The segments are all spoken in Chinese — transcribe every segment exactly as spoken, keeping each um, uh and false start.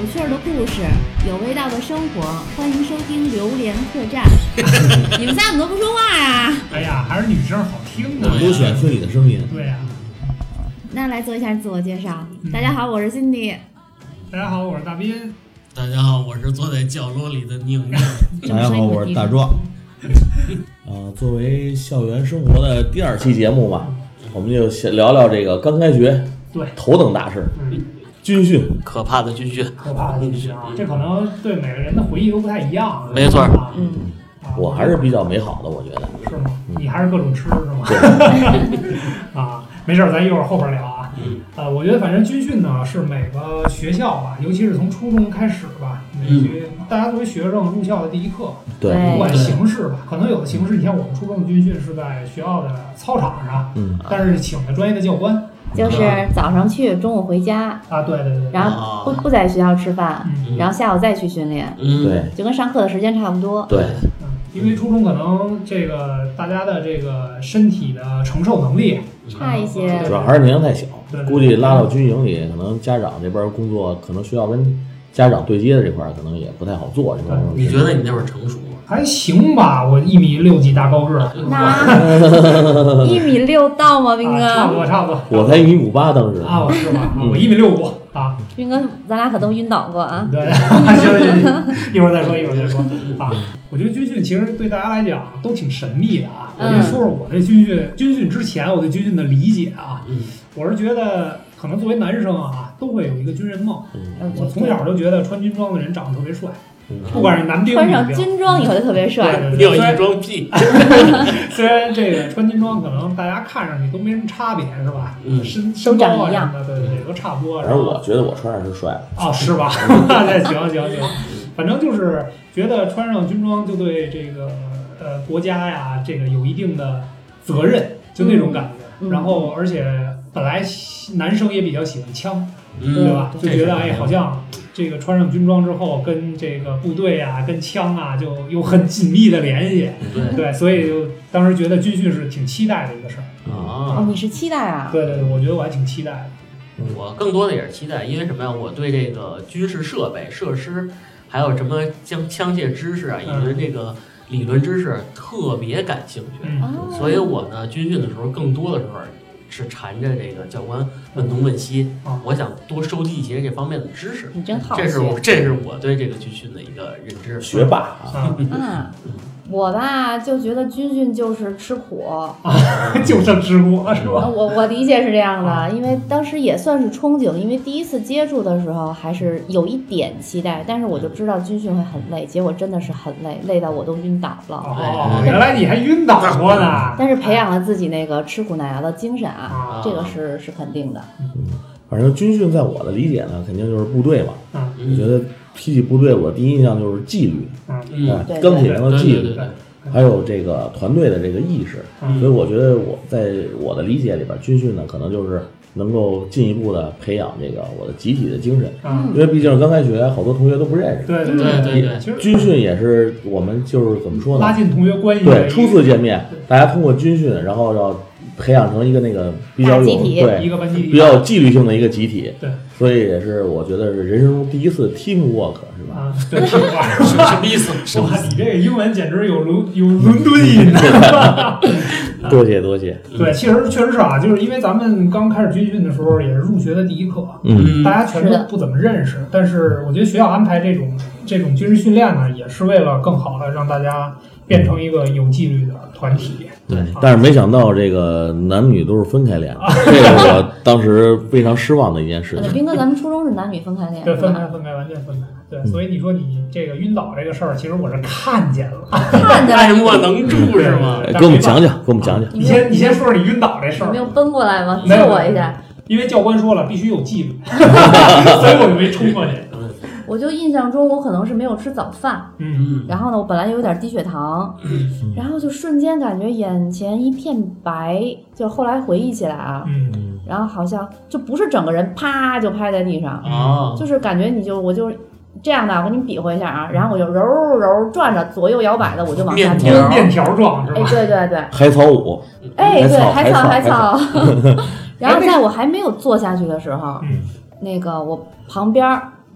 趣的故事，有味道的生活，欢迎收听榴莲客栈。你们仨怎么都不说话呀？ 哎呀，还是女生好听的。 我们都喜欢听你的声音。 对呀、啊。 那来做一下自我介绍。嗯、大家好，我是 Cindy。 大家好，我是大斌。 大家好，我是坐在角落里的宁宁。 大家好，我是大壮。呃，作为校园生活的第二期节目吧，我们就先聊聊这个刚开学对头等大事。 嗯。 军训， 可怕的军训， 可怕的军训啊！这可能对每个人的回忆都不太一样。 没错， 嗯， 我还是比较美好的，我觉得。 是吗？你还是各种吃是吗？啊，没事，咱一会儿后边聊啊。 嗯。 呃，我觉得反正军训呢是每个学校吧，尤其是从初中开始吧，每学、嗯、大家作为学生入校的第一课。 对。 不管形式吧，可能有的形式，你像我们初中的军训是在学校的操场上， 嗯， 但是请的专业的教官。 就是早上去，中午回家啊，对对对， 然后不不在学校吃饭， 嗯、 然后下午再去训练， 嗯，对， 就跟上课的时间差不多。 对， 嗯，因为初中可能这个大家的这个身体的承受能力差一些， 主要还是年龄太小， 对对对， 估计拉到军营里，可能家长这边工作，可能需要跟家长对接的这块，可能也不太好做。这块， 你觉得你那会儿成熟吗？ 还行吧，我一米六几大高个儿， 那一米六到吗，斌哥？ 啊、差不多，差不多。 我才一米五八，当时啊，我是吧？嗯、我一米六五啊。 斌哥，咱俩可都晕倒过啊。 对，行行行，一会儿再说，一会儿再说啊。我觉得军训其实对大家来讲都挺神秘的啊。我先说说我对军训，军训之前我对军训的理解啊， 嗯、 我是觉得可能作为男生啊，都会有一个军人梦。 嗯、 我从小就觉得穿军装的人长得特别帅。不管是男兵穿上军装以后就特别帅， 另一装屁。 虽然这个穿军装可能大家看上去都没什么差别，是吧？ 嗯， 身身高啊什么的，对对对，都差不多。 反正我觉得我穿上是帅的。 哦，是吧？那行行行，反正就是觉得穿上军装就对这个呃国家呀，这个有一定的责任，就那种感觉。 嗯、 然后，而且本来男生也比较喜欢枪， 嗯、 对吧？就觉得哎，好像。这个穿上军装之后，跟这个部队啊、跟枪啊，就有很紧密的联系。 对对，所以就当时觉得军训是挺期待的一个事儿。 啊， 哦，你是期待啊？ 对对对，我觉得我还挺期待的。 我更多的也是期待，因为什么呀？我对这个军事设备、设施，还有什么枪枪械知识啊，以及这个理论知识特别感兴趣。 嗯， 所以我呢，军训的时候更多的时候。是缠着这个教官问东问西， 嗯、 我想多收集一些这方面的知识。 你真好， 这是我这是我对这个军训的一个认知。 学霸啊， 啊我吧就觉得军训就是吃苦， 啊、就剩吃苦了是吧？ 我我理解是这样的，啊、因为当时也算是憧憬，因为第一次接触的时候还是有一点期待，但是我就知道军训会很累，结果真的是很累，累到我都晕倒了。 哦，原来你还晕倒过呢。 但是培养了自己那个吃苦耐劳的精神啊， 啊这个是是肯定的。 嗯，反正军训在我的理解呢，肯定就是部队嘛。 嗯， 我觉得提起部队，我第一印象就是纪律， 嗯， 啊，钢铁人的纪律。还有这个团队的这个意识， 嗯、 所以我觉得我在我的理解里边，军训呢可能就是能够进一步的培养这个我的集体的精神， 嗯、 因为毕竟刚开学，好多同学都不认识。 对对对对对， 其实军训也是我们就是怎么说呢？ 拉近同学关系。 对，初次见面，大家通过军训，然后要培养成一个那个比较有对一个班集体比较有纪律性的一个集体。 对， 所以也是我觉得是人生中第一次 teamwork。 啊，对，什么意思？ 哇，你这个英文简直有伦有伦敦音呢！ 多谢多谢。 对，其实确实是啊，就是因为咱们刚开始军训的时候，也是入学的第一课， 嗯， 大家全都不怎么认识，但是我觉得学校安排这种这种军事训练呢，也是为了更好的让大家变成一个有纪律的团体。 对， 啊、 但是没想到这个男女都是分开练，这个我当时非常失望的一件事情。 斌哥，咱们初中是男女分开练， 对，分开分开，完全分开。对，所以你说你这个晕倒这个事儿，其实我是看见了， 看见了， 爱莫能助是吗？ 给我们讲讲，给我们讲讲。 你先你先说说你晕倒这事儿。 你没有奔过来吗？ 救我一下。 因为教官说了必须有纪律，所以我就没冲过去。 我就印象中我可能是没有吃早饭， 嗯， 然后呢，我本来有点低血糖， 嗯， 然后就瞬间感觉眼前一片白，就后来回忆起来啊， 嗯， 然后好像就不是整个人啪就拍在地上， 啊， 就是感觉你就我就这样的，我给你比划一下啊，然后我就揉揉转着左右摇摆的，我就往下跳，面条状是吧？ 哎，对对对， 海草舞， 哎，对， 海草海草， 然后在我还没有坐下去的时候， 嗯， 那个我旁边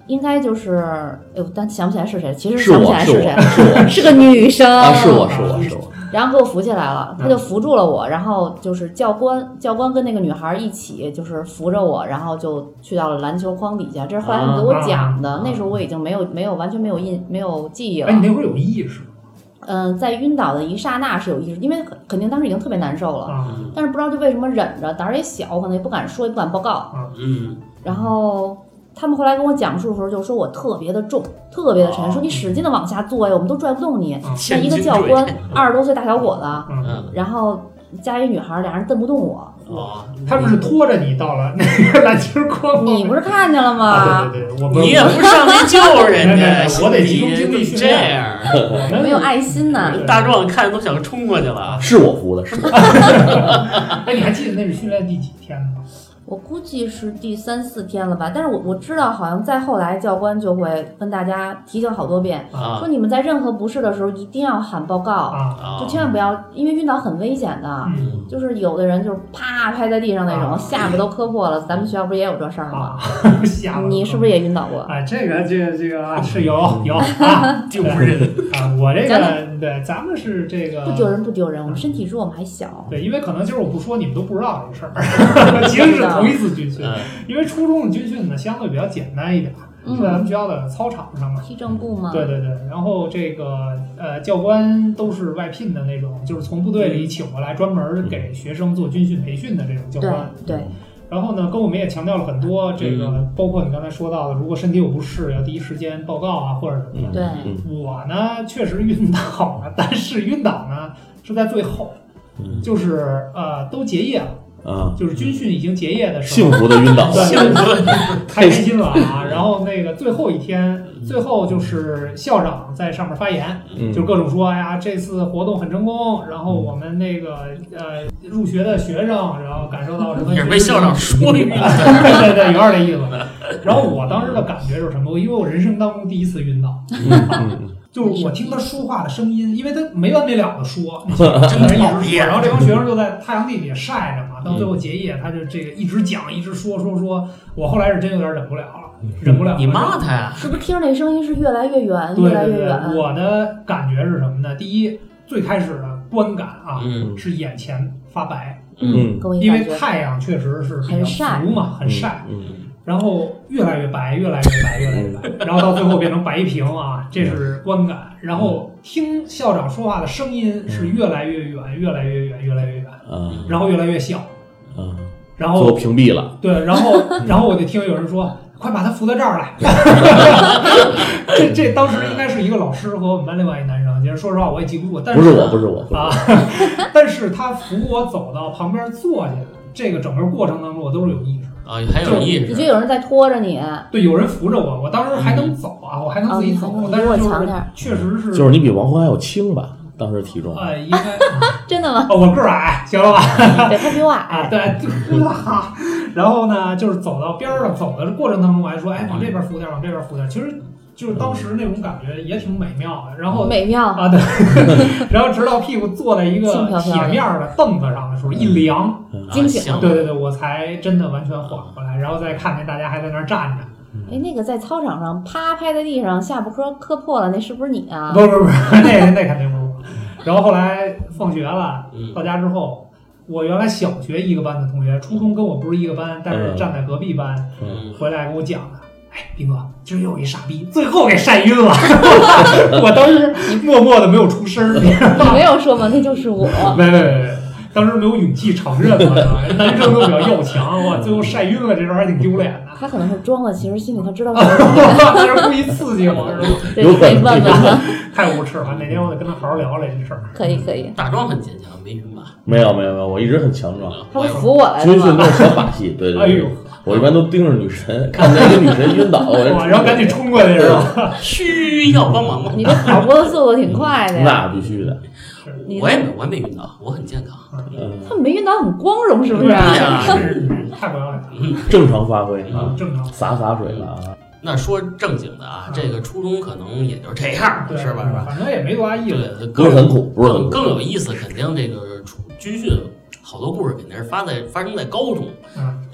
应该就是，哎呦，但想不起来是谁，其实是想不起来是谁， 是我是个女生啊，是我是我是我， 然后给我扶起来了，他就扶住了我，然后就是教官教官跟那个女孩一起就是扶着我，然后就去到了篮球框底下，这是后来他们给我讲的， 啊、 那时候我已经没有没有完全没有印没有记忆了。 哎，你那会儿有意识？ 嗯、呃，在晕倒的一刹那是有意识，因为肯定当时已经特别难受了， 啊、 但是不知道就为什么忍着，胆儿也小，可能也不敢说，也不敢报告。 啊、 嗯， 然后他们后来跟我讲述的时候，就说我特别的重，特别的沉， 哦、 说你使劲的往下坐呀，我们都拽不动你。 嗯、 那一个教官，二十多岁大小伙子， 嗯， 然后加一女孩，俩人蹬不动我。 哦， 他们是拖着你到了那个篮球框， 你不是看见了吗？ 啊、对对对，我你也不上去救人家， 我得集中精力训练。 这样， 我没有爱心呐。 大壮看着都想冲过去了。 是我扶的，是我。 哎，你还记得那是训练第几天吗？ 我估计是第三四天了吧，但是我我知道，好像再后来教官就会跟大家提醒好多遍， 啊、 说你们在任何不适的时候一定要喊报告， 啊、 就千万不要，因为晕倒很危险的， 嗯、 就是有的人就是啪拍在地上那种，啊、下巴都磕破了。咱们学校不是也有这事儿吗？ 啊、 你是不是也晕倒过？ 哎，这个这个这个啊是有有啊， 丢人啊！我这个对，咱们是这个不丢人不丢人，我们身体弱，我们还小。 对，因为可能就是我不说，你们都不知道这事儿，其实是同一次军训。因为初中的军训呢，相对比较简单一点， 嗯、 是在咱们学校的操场上嘛， 踢正步嘛。 对对对，然后这个呃教官都是外聘的那种，就是从部队里请过来，专门给学生做军训培训的这种教官。 对。对然后呢，跟我们也强调了很多，这个、嗯、包括你刚才说到的，如果身体有不适，要第一时间报告啊，或者什么的。 对。 我呢，确实晕倒了，但是晕倒呢是在最后， 嗯、 就是呃都结业了。 啊， 就是军训已经结业的时候，幸福的晕倒， 幸福，太开心了啊！然后那个最后一天，最后就是校长在上面发言， 嗯、 就各种说，哎呀，这次活动很成功，然后我们那个呃入学的学生，然后感受到什么？ 也被校长说晕倒， 对对对，有点那意思。然后我当时的感觉是什么？因为我人生当中第一次晕倒。 嗯就是我听他说话的声音，因为他没完没了的说，真的是一直说。然后这帮学生就在太阳地里晒着嘛，到最后结业，他就这个一直讲，一直说说说。我后来是真有点忍不了了，忍不了了。 你骂他呀？ 是不是听着那声音是越来越远， 对对对越来越远？ 我的感觉是什么呢？第一，最开始的观感啊， 嗯、 是眼前发白， 嗯， 因为太阳确实是比较毒嘛，很晒。 嗯然后越来越白，越来越白，越来越白，然后到最后变成白屏啊，这是观感。然后听校长说话的声音是越来越远，越来越远，越来越远， 嗯， 然后越来越小， 嗯， 然后都屏蔽了。 对，然后然后我就听有人说：“快把他扶到这儿来。”这这当时应该是一个老师和我们班另外一男生，其实说实话我也记不住，但是不是我，不是我啊，但是他扶我走到旁边坐下，这个整个过程当中我都是有意识。 啊，还有意识， 你觉得有人在拖着你？ 对，有人扶着我，我当时还能走啊，嗯、我还能自己走， 哦、 但是就是确实是， 就是你比王欢还要轻吧？当时体重？ 呃，应该真的吗？ 哦，我个儿矮，行了吧？ 对，他比我矮。 啊，对，然后呢，就是走到边上，走的过程当中，我还说，哎，往这边扶点，往这边扶点。其实就是当时那种感觉也挺美妙的。然后美妙啊，对。然后直到屁股坐在一个铁面的凳子上的时候，一凉， 惊醒。 对对对，我才真的完全缓过来，然后再看见大家还在那儿站着。 哎，那个在操场上啪拍在地上，下巴磕磕破了，那是不是你啊？ 不不不，那那肯定不是我。然后后来放学了，到家之后，我原来小学一个班的同学，初中跟我不是一个班，但是站在隔壁班， 嗯、 回来跟我讲的。哎，斌哥，今儿又有一傻逼，最后给晒晕了。我当时默默的没有出声，你没有说吗？那就是我。 没没没没。当时没有勇气承认嘛，男生都比较要强，哇，最后晒晕了，这事儿还挺丢脸的。 他可能是装的，其实心里他知道是他是故意刺激我，是吧？ 有可能问问他。 太无耻了，哪天我得跟他好好聊聊这事儿。 可以可以。 大壮很坚强，没晕吧？ 没有没有没有，我一直很强壮。 他是扶我来的吗？ 军训都是小把戏，对对对。 哎呦， 我一般都盯着女神，看见一个女神晕倒，我然后赶紧冲过去，是吧？ 需要帮忙吗？ 你这跑步的速度挺快的呀。 那必须的。 我也没我也没晕倒，我很健康。 他没晕倒很光荣，是不是？ 对呀，是太不要脸了。 正常发挥啊， 正常洒洒水了啊。 那说正经的啊，这个初中可能也就这样，是吧？是吧？ 反正也没多大意思。 对， 不是很苦，不是很苦。 更有意思，肯定这个军训好多故事肯定是发在发生在高中。 嗯，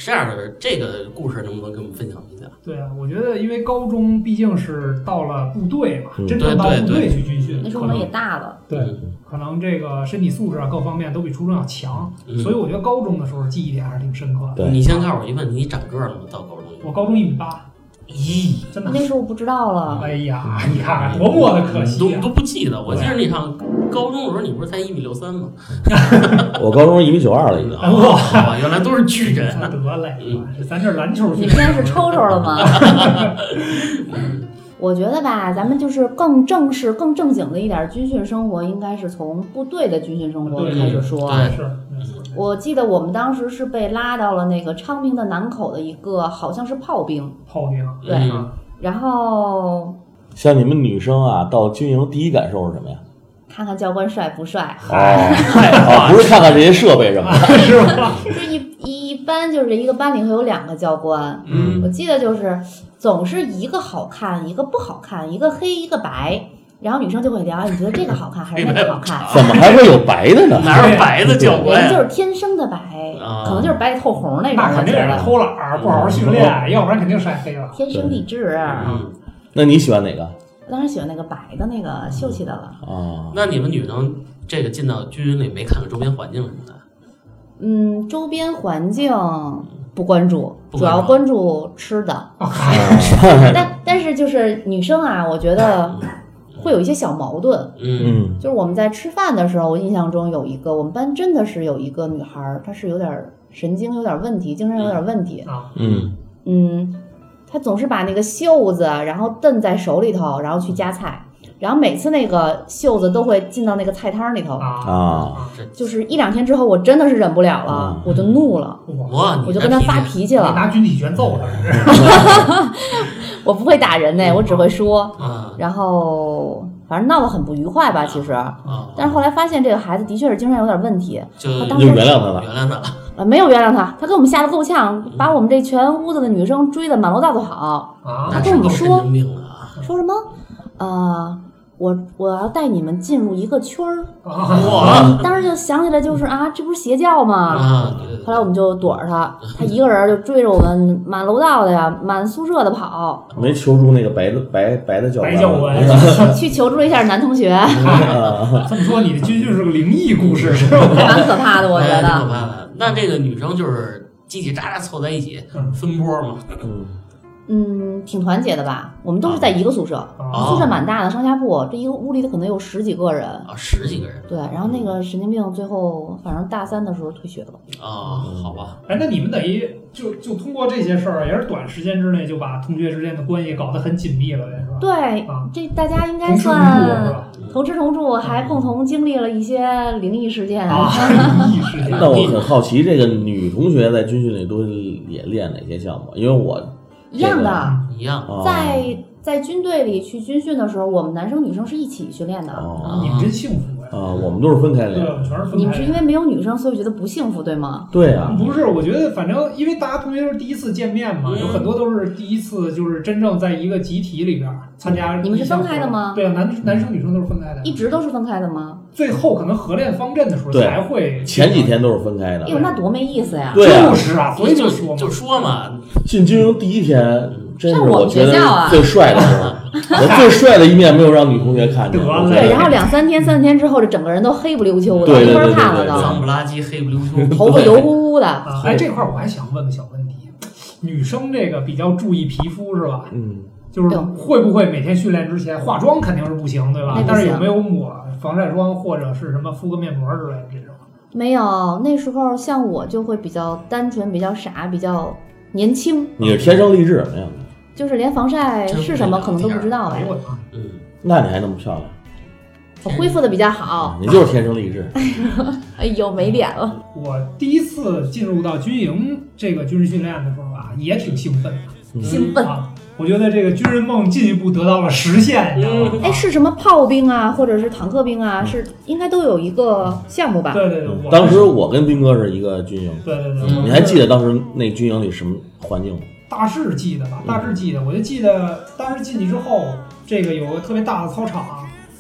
这样的这个故事能不能给我们分享一下？ 对啊，我觉得因为高中毕竟是到了部队嘛， 嗯、 真正到部队去军训， 那时候我们也大了， 对，可能这个身体素质啊各方面都比初中要强， 嗯、 所以我觉得高中的时候记忆点还是挺深刻的。 你先告诉我一问题，你长个了吗？到高中？ 我高中一米八。咦，真的？ 那时候我不知道了。 哎呀，你看看多么的可惜、 啊，都都不记得。我记得那上高中的时候，你不是才一米六三吗？ 我高中一米九二了已经。 哇，原来都是巨人。 得嘞，嗯、咱这篮球。 你现在是抽抽了吗？我觉得吧，咱们就是更正式、更正经的一点军训生活，应该是从部队的军训生活开始说。 对， 是。 我记得我们当时是被拉到了那个昌平的南口的一个，好像是炮兵。 炮兵。 对。 嗯、 然后， 像你们女生啊，到军营第一感受是什么呀？ 看看教官帅不帅。 哦，哦不是看看这些设备什么的， 是吧？ 就一一般就是一个班里会有两个教官。 嗯。 我记得就是总是一个好看，一个不好看，一个黑一个白。然后女生就会聊，你觉得这个好看还是那个好看？ 怎么还会有白的呢？ 哪有白的教官？ 人就是天生的白， 啊、 可能就是白里透红那种。 那肯定是偷懒儿，不好好训练，嗯、要不然肯定晒黑了。 天生丽质。 嗯， 那你喜欢哪个？ 我当然喜欢那个白的那个秀气的了。 哦， 那你们女生这个进到军营里没看看周边环境什么的？ 嗯，周边环境不关注， 不关注主要关注吃的。 哦、 但但是就是女生啊，我觉得会有一些小矛盾。 嗯， 就是我们在吃饭的时候，我印象中有一个我们班真的是有一个女孩，她是有点神经有点问题，精神有点问题啊。 嗯嗯，她总是把那个袖子然后蹬在手里头，然后去夹菜。然后每次那个袖子都会进到那个菜汤里头啊， 就是一两天之后，我真的是忍不了了， 啊、 我就怒了， 哇， 我就跟他发脾气了， 拿军体拳揍他。 我不会打人呢，我只会说， 啊、 然后反正闹得很不愉快吧，其实， 啊、 但是后来发现这个孩子的确是精神有点问题， 就当时就原谅他了， 原谅他了， 呃，没有原谅他，他给我们吓得够呛，把我们这全屋子的女生追得满楼道都跑， 啊、 他跟我们说， 说什么？呃。我我要带你们进入一个圈儿， 哇！ 当时就想起来，就是啊，这不是邪教吗？ 啊！对对对， 后来我们就躲着他，他一个人就追着我们满楼道的呀，满宿舍的跑。 没求助那个白的白白的教官， 白教官去求助一下男同学。 这么说，你的军训是个灵异故事是吧？ 还蛮可怕的，我觉得。 挺可怕的。那这个女生就是叽叽喳喳凑在一起分波嘛？ 嗯。 嗯，挺团结的吧？我们都是在一个宿舍， 啊、 宿舍蛮大的，上下铺，这一个屋里可能有十几个人啊，十几个人。 对，然后那个神经病最后反正大三的时候退学了。 啊，好吧。 哎，那你们等于就就通过这些事儿，也是短时间之内就把同学之间的关系搞得很紧密了，是吧？ 对， 啊、 这大家应该算同吃同住，还共同经历了一些灵异事件。 啊，灵异事件。 那我很好奇，这个女同学在军训里都也练哪些项目？因为我。 一样的， 一样。 在在军队里去军训的时候，我们男生女生是一起训练的。 哦， 你们真幸福呀！ 啊，我们都是分开练。 对，我们全是分开。 你们是因为没有女生，所以觉得不幸福，对吗？ 对啊， 不是，我觉得反正因为大家同学都是第一次见面嘛， 嗯、 有很多都是第一次，就是真正在一个集体里边参加。 你们是分开的吗？ 对啊，男男生女生都是分开的。 一直都是分开的吗？ 最后可能合练方阵的时候才会。 前几天都是分开的。 哎呦，那多没意思呀！ 对啊， 就是啊，所以就说就说嘛， 进军营第一天。真是我觉得最帅的时候，我最帅的一面没有让女同学看见。 对，然后两三天、三天之后，这整个人都黑不溜秋的， 没法看了都。 脏不拉几、黑不溜秋， 头发油乎乎的。 啊、哎，这块我还想问个小问题，女生这个比较注意皮肤是吧？ 嗯， 就是会不会每天训练之前化妆肯定是不行，对吧？但是有没有抹防晒霜或者是什么敷个面膜之类的这种？ 没有，那时候像我就会比较单纯、比较傻、比较年轻。 你是天生丽质什么样的？ 就是连防晒是什么可能都不知道哎。 嗯，那你还那么漂亮？ 我恢复的比较好。 你就是天生丽质。 哎呦，没脸了。 我第一次进入到军营这个军事训练的时候啊，也挺兴奋的。 嗯、 兴奋啊！我觉得这个军人梦进一步得到了实现，你知道吗？ 哎，是什么炮兵啊，或者是坦克兵啊？是应该都有一个项目吧？ 对对对。 当时我跟兵哥是一个军营。 对对对。 你还记得当时那军营里什么环境吗？ 大致记得吧，大致记得。我就记得当时进去之后，这个有个特别大的操场，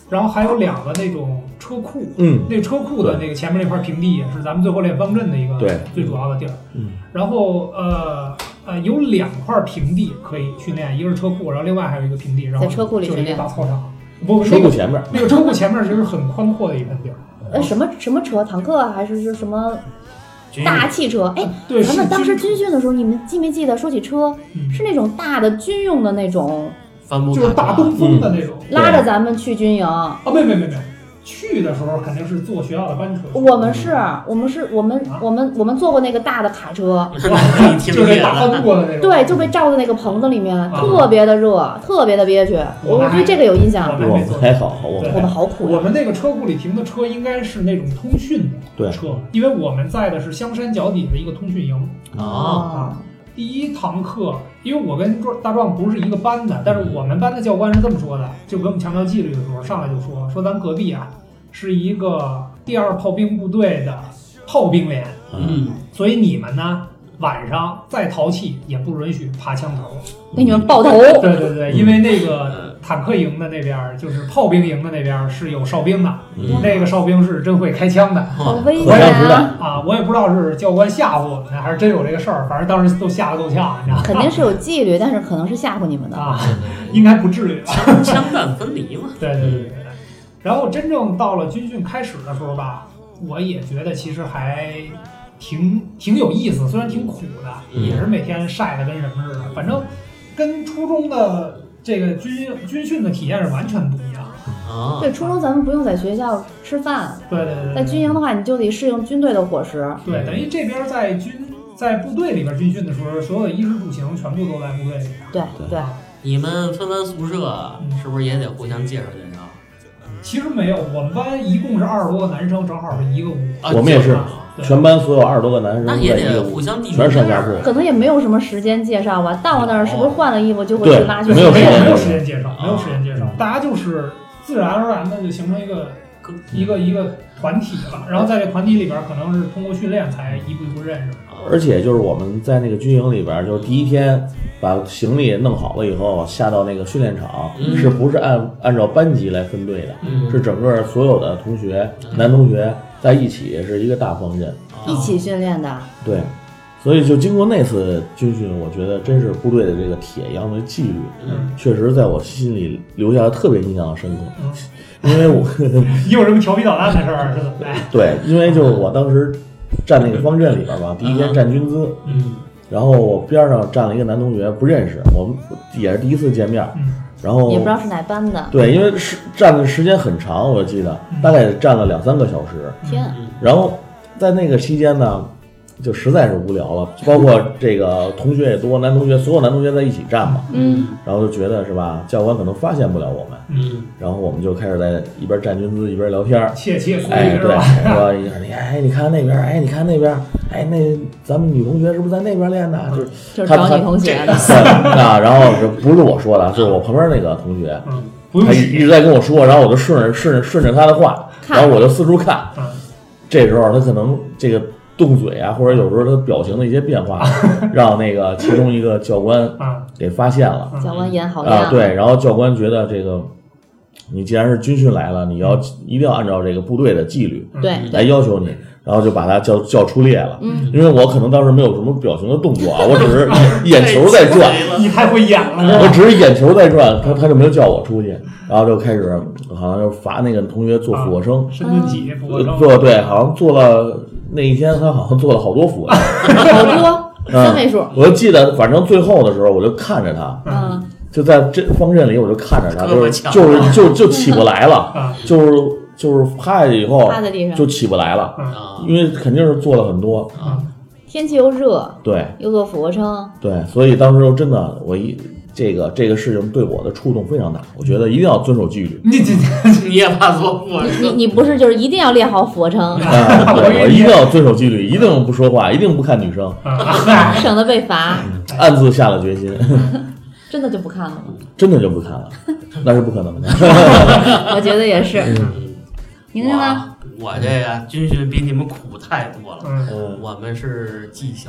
然后还有两个那种车库， 嗯， 那个车库的那个前面那块平地也是咱们最后练方阵的一个对最主要的地儿。 嗯， 然后呃呃有两块平地可以训练，一个是车库，然后另外还有一个平地，然后在车库里就是一个训练大操场。不， 车库前面， 那个车库前面其实很宽阔的一片地儿。 呃，什么什么车？坦克啊还是是什么军大汽车？哎， 对， 咱们是当时军训的时候，你们记没记得？说起车， 嗯是那种大的军用的那种， 帆布就是大东风的那种。 拉着咱们去军营。 啊，没没没没，去的时候肯定是坐学校的班车。 我们是，我们是我们我们我们坐过那个大的卡车， 你听就是见了？ 大帆布的那种。 对，就被罩在那个棚子里面， 啊特别的热，特别的憋屈。我我们还对这个有印象我。们我们还好，我对们我们好苦呀。 我们那个车库里停的车应该是那种通讯对的车，因为我们在的是香山脚底的一个通讯营。 啊， 哦， 第一堂课，因为我跟大壮不是一个班的，但是我们班的教官是这么说的，就给我们强调纪律的时候，上来就说说咱隔壁啊是一个第二炮兵部队的炮兵连， 嗯， 所以你们呢晚上再淘气也不允许爬枪头。 给你们爆头。 对对对，因为那个坦克营的那边就是炮兵营的那边是有哨兵的， 嗯那个哨兵是真会开枪的。 好危核弹实险啊！ 弹， 啊，我也不知道是教官吓唬我们，还是真有这个事儿，反正当时都吓得够呛，你知道吗？ 肯定是有纪律，但是可能是吓唬你们的。 啊，应该不至于吧？ 枪枪弹分离嘛。 对对对对对。然后真正到了军训开始的时候吧，我也觉得其实还挺挺有意思，虽然挺苦的， 嗯也是每天晒得跟什么似的，反正跟初中的这个军军训的体验是完全不一样。 啊， 对，初中咱们不用在学校吃饭， 对对对对， 在军营的话，你就得适应军队的伙食。 对，等于这边在军在部队里边军训的时候，所有的衣食住行全部都在部队里边。 对对， 你们分完宿舍是不是也得互相介绍介绍？ 其实没有，我们班一共是二十多个男生，正好是一个屋。 啊我们也是啊对全班所有二十多个男生那也得在一个屋， 互相递全是上下铺。 可能也没有什么时间介绍吧。到那儿是不是换了衣服就会对去拉去没有没有没有时间时间介绍，没有时间介绍，大家就是自然而然的就形成一个一个一个团体了。然后在这团体里边，可能是通过训练才一步一步认识。 而且就是我们在那个军营里边，就是第一天把行李弄好了以后，下到那个训练场， 嗯是不是按按照班级来分队的？ 嗯是整个所有的同学，男同学在一起是一个大方阵。 一起训练的。 对，所以就经过那次军训，我觉得真是部队的这个铁一样的纪律， 嗯， 确实在我心里留下了特别印象深刻。 嗯， 因为我你有什么调皮捣蛋的事儿是怎么的？ 对，因为就是我当时站那个方阵里边吧，第一天站军姿， 嗯然后我边上站了一个男同学，不认识，我们也是第一次见面， 嗯然后也不知道是哪班的。 对，因为是站的时间很长，我记得大概站了两三个小时， 天， 然后在那个期间呢，就实在是无聊了，包括这个同学也多，男同学所有男同学在一起站嘛， 嗯， 然后就觉得是吧，教官可能发现不了我们， 嗯， 然后我们就开始在一边站军姿一边聊天儿， 窃窃私哎，对， 语是吧？ 说你看，你哎，你看那边，哎，你看那边，哎，那咱们女同学是不是在那边练的？就是就是他找女同学的。 啊，然后这不是我说的，就是我旁边那个同学， 嗯，不用他一洗。 直在跟我说，然后我就顺着顺着顺着他的话， 看然后我就四处看。 嗯这时候他可能这个动嘴啊，或者有时候他表情的一些变化，让那个其中一个教官啊， 给发现了嗯教官眼好啊， 亮。 对，然后教官觉得这个你既然是军训来了，你要一定要按照这个部队的纪律嗯对来要求你，然后就把他叫叫出列了。 嗯， 因为我可能当时没有什么表情的动作啊，我只是眼球在转， 你太会演了，是吧？ 我只是眼球在转，他他就没有叫我出去，然后就开始好像就罚那个同学做俯卧撑， 深蹲起，俯卧撑， 做对，好像做了那一天他好像做了好多俯卧撑， 好多三位数。 我就记得反正最后的时候我就看着他， 嗯， 就在这方阵里我就看着他，就是胳膊强就是就就起不来了， 啊就是就是趴下去以后趴在地上就起不来了， 啊因为肯定是做了很多， 啊， 天气又热， 对又做俯卧撑， 对，所以当时真的我一。这个这个事情对我的触动非常大，我觉得一定要遵守纪律。 你这你也怕做俯卧你你撑？ 你不是就是一定要练好俯卧撑， 啊，对，我一定要遵守纪律，一定不说话，一定不看女生， 啊， 省得被罚。 暗自下了决心， 真的就不看了吗？ 真的就不看了，那是不可能的。 我觉得也是。宁宁呢？ 我我这个军训比你们苦太多了。 嗯嗯我们是技校，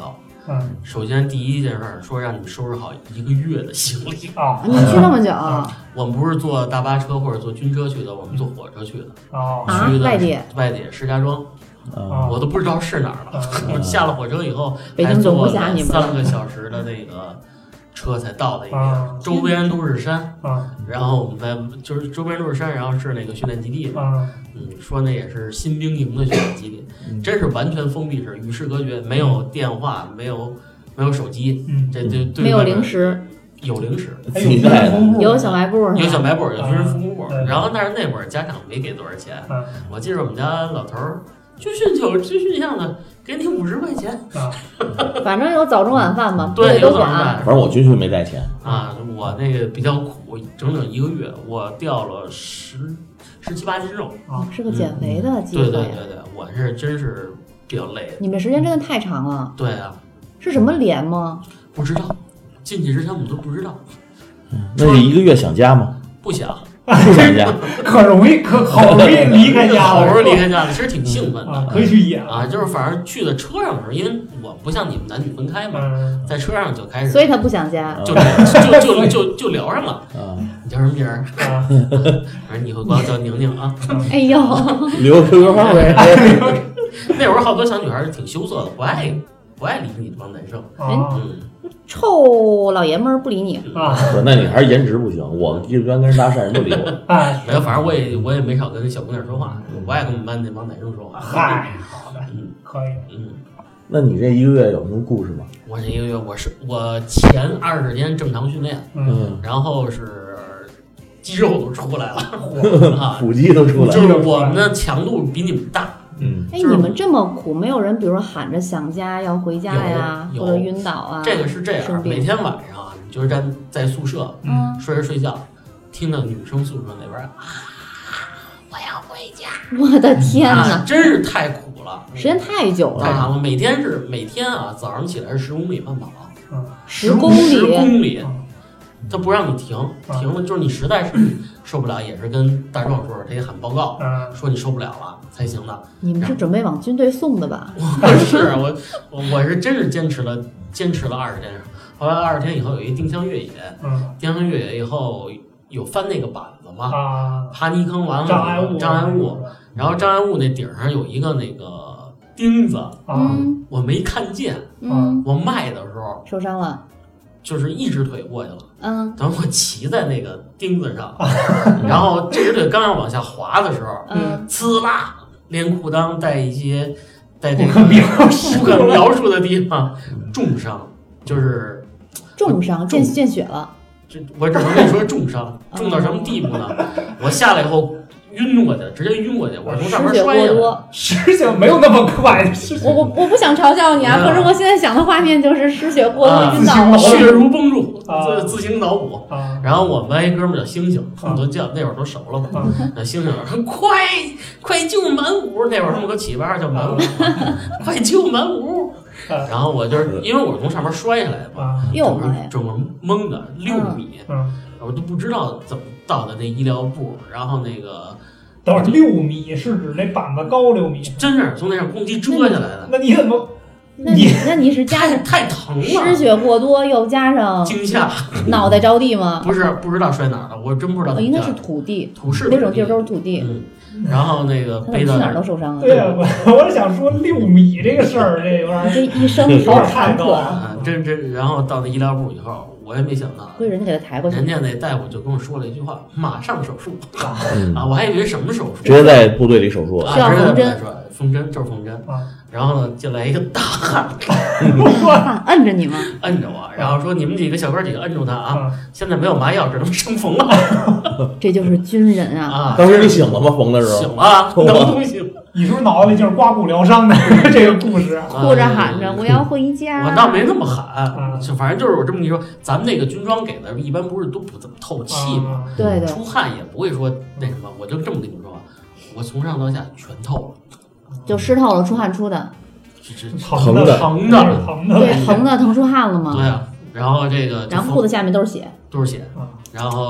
嗯， 首先第一件事儿说让你们收拾好一个月的行李啊。 你去那么久啊？ 我们不是坐大巴车或者坐军车去的，我们坐火车去的。 哦， 去的外地外地石家庄。 啊， 我都不知道是哪儿了。我下了火车以后， 北京容不下你们三个小时的那个车才到的一个，周边都是山。然后我们在就是周边都是山，然后是那个训练基地嘛。嗯，说那也是新兵营的训练基地，真是完全封闭式，与世隔绝，没有电话，没有没有手机，这对对没有零食。 有零食， 有小卖部， 有小卖部，有军人服务部。然后但是那会儿家长没给多少钱，我记得我们家老头儿。军训就军训项的，给你五十块钱啊， 反正有早中晚饭嘛， 对， 都管。 反正我军训没带钱啊，我那个比较苦，整整一个月，我掉了十十七八斤肉啊，是个减肥的机会、 嗯。对对对对，我是真是比较累。 你们时间真的太长了。 对啊。 是什么连吗？ 不知道，进去之前我们都不知道。 那你一个月想家吗？ 不想。 不想家， 可容易，可好容易离开家了， 好容易离开家了，其实挺兴奋的， 啊、可以去野啊。就是反正去的车上的时候，因为我不像你们男女分开嘛， 嗯、 在车上就开始， 所以他不想家， 就就就就就聊上了。 啊， 你叫什么名儿？啊，反正你会管我叫宁宁啊。 哎呦， 留 Q Q 号呗。 那会儿好多小女孩挺羞涩的，不爱不爱理你这帮男生。 啊、 嗯。 臭老爷们儿不理你啊！ 那你还是颜值不行，我一般跟人搭讪人都理我。 哎， 没有，反正我也我也没少跟小姑娘说话，我不爱跟我们班那帮男生说话。 嗨，好的， 嗯， 可以。 嗯， 那你这一个月有什么故事吗？ 我这一个月我是我前二十天正常训练， 嗯， 然后是肌肉都出来了，啊， 腹肌都出来了， 就是我们的强度比你们大。 嗯， 哎，你们这么苦，没有人比如说喊着想家要回家呀，或者晕倒啊？ 这个是这样，每天晚上你就是在在宿舍，嗯，睡着睡觉，听到女生宿舍那边啊，我要回家， 我的天哪， 真是太苦了， 时间太久了， 太长了。每天是每天啊，早上起来是十公里慢跑， 十公里， 十公里。他不让你停，停了就是你实在是受不了，也是跟大壮说，他也喊报告，说你受不了了才行的。 你们是准备往军队送的吧？ 不是，我我我是真是坚持了，坚持了二十天。后来二十天以后有一定向越野，定向越野以后有翻那个板子嘛， 啊， 爬泥坑完了障碍物， 障碍物，然后障碍物那顶上有一个那个钉子， 啊， 我没看见， 嗯， 我迈的时候受伤了。 就是一只腿过去了， 嗯， 等我骑在那个钉子上，然后这只腿刚要往下滑的时候， 嗯， 呲啦，连裤裆带一些在这个不可描述的地方重伤，就是重伤，见见血了。 这我只能跟你说重伤，重到什么地步呢？我下来以后。晕过去，直接晕过去，我从上面摔下来。 失血没有那么快， 我我我不想嘲笑你啊，可是我现在想的画面就是失血过多晕倒了， 血如崩入，自自行脑补。然后我们班一哥们叫星星，我们都叫那会儿都熟了嘛。那星星说：“快快救满屋！”那会儿他们都起班叫满屋，快救满屋。然后我就是因为我是从上面摔下来的嘛， 又整个懵的六米，我都不知道怎么到的那医疗部，然后那个。 等会儿六米是指那板子高六米， 真是从那上公鸡折下来的。 那你怎么？ 那你那你是加上太疼了， 失血过多又加上惊吓， 脑袋着地吗？ 不是，不知道摔哪儿了，我真不知道。 应该是土地， 土是那种地儿都是土地。 嗯，然后那个背到哪儿都受伤了。 对呀，我我是想说六米这个事儿，这有点这一生好坎坷啊！这这，然后到那医疗部以后。我也没想到， 所以人家给他抬过去。 人家那大夫就跟我说了一句话：“马上手术。”啊，我还以为什么手术？ 直接在部队里手术， 需要缝针， 缝针就是缝针。然后呢，进来一个大汉， 摁着你吗？ 摁着我，然后说：“你们几个小哥几个摁住他啊！现在没有麻药，只能生缝了。” 这就是军人啊！ 啊， 当时你醒了吗？缝的时候醒了，能不醒？ 你是不是脑子里就是刮骨疗伤的这个故事？ 哭着喊着我要回家。 我倒没那么喊，就反正就是我这么一说，咱们那个军装给的，一般不是都不怎么透气吗？ 对对， 出汗也不会说那什么。我就这么跟你们说，我从上到下全透了， 就湿透了，出汗出的， 疼的疼的疼的， 对，疼的疼出汗了吗？ 对啊，然后这个， 然后裤子下面都是血， 都是血，然后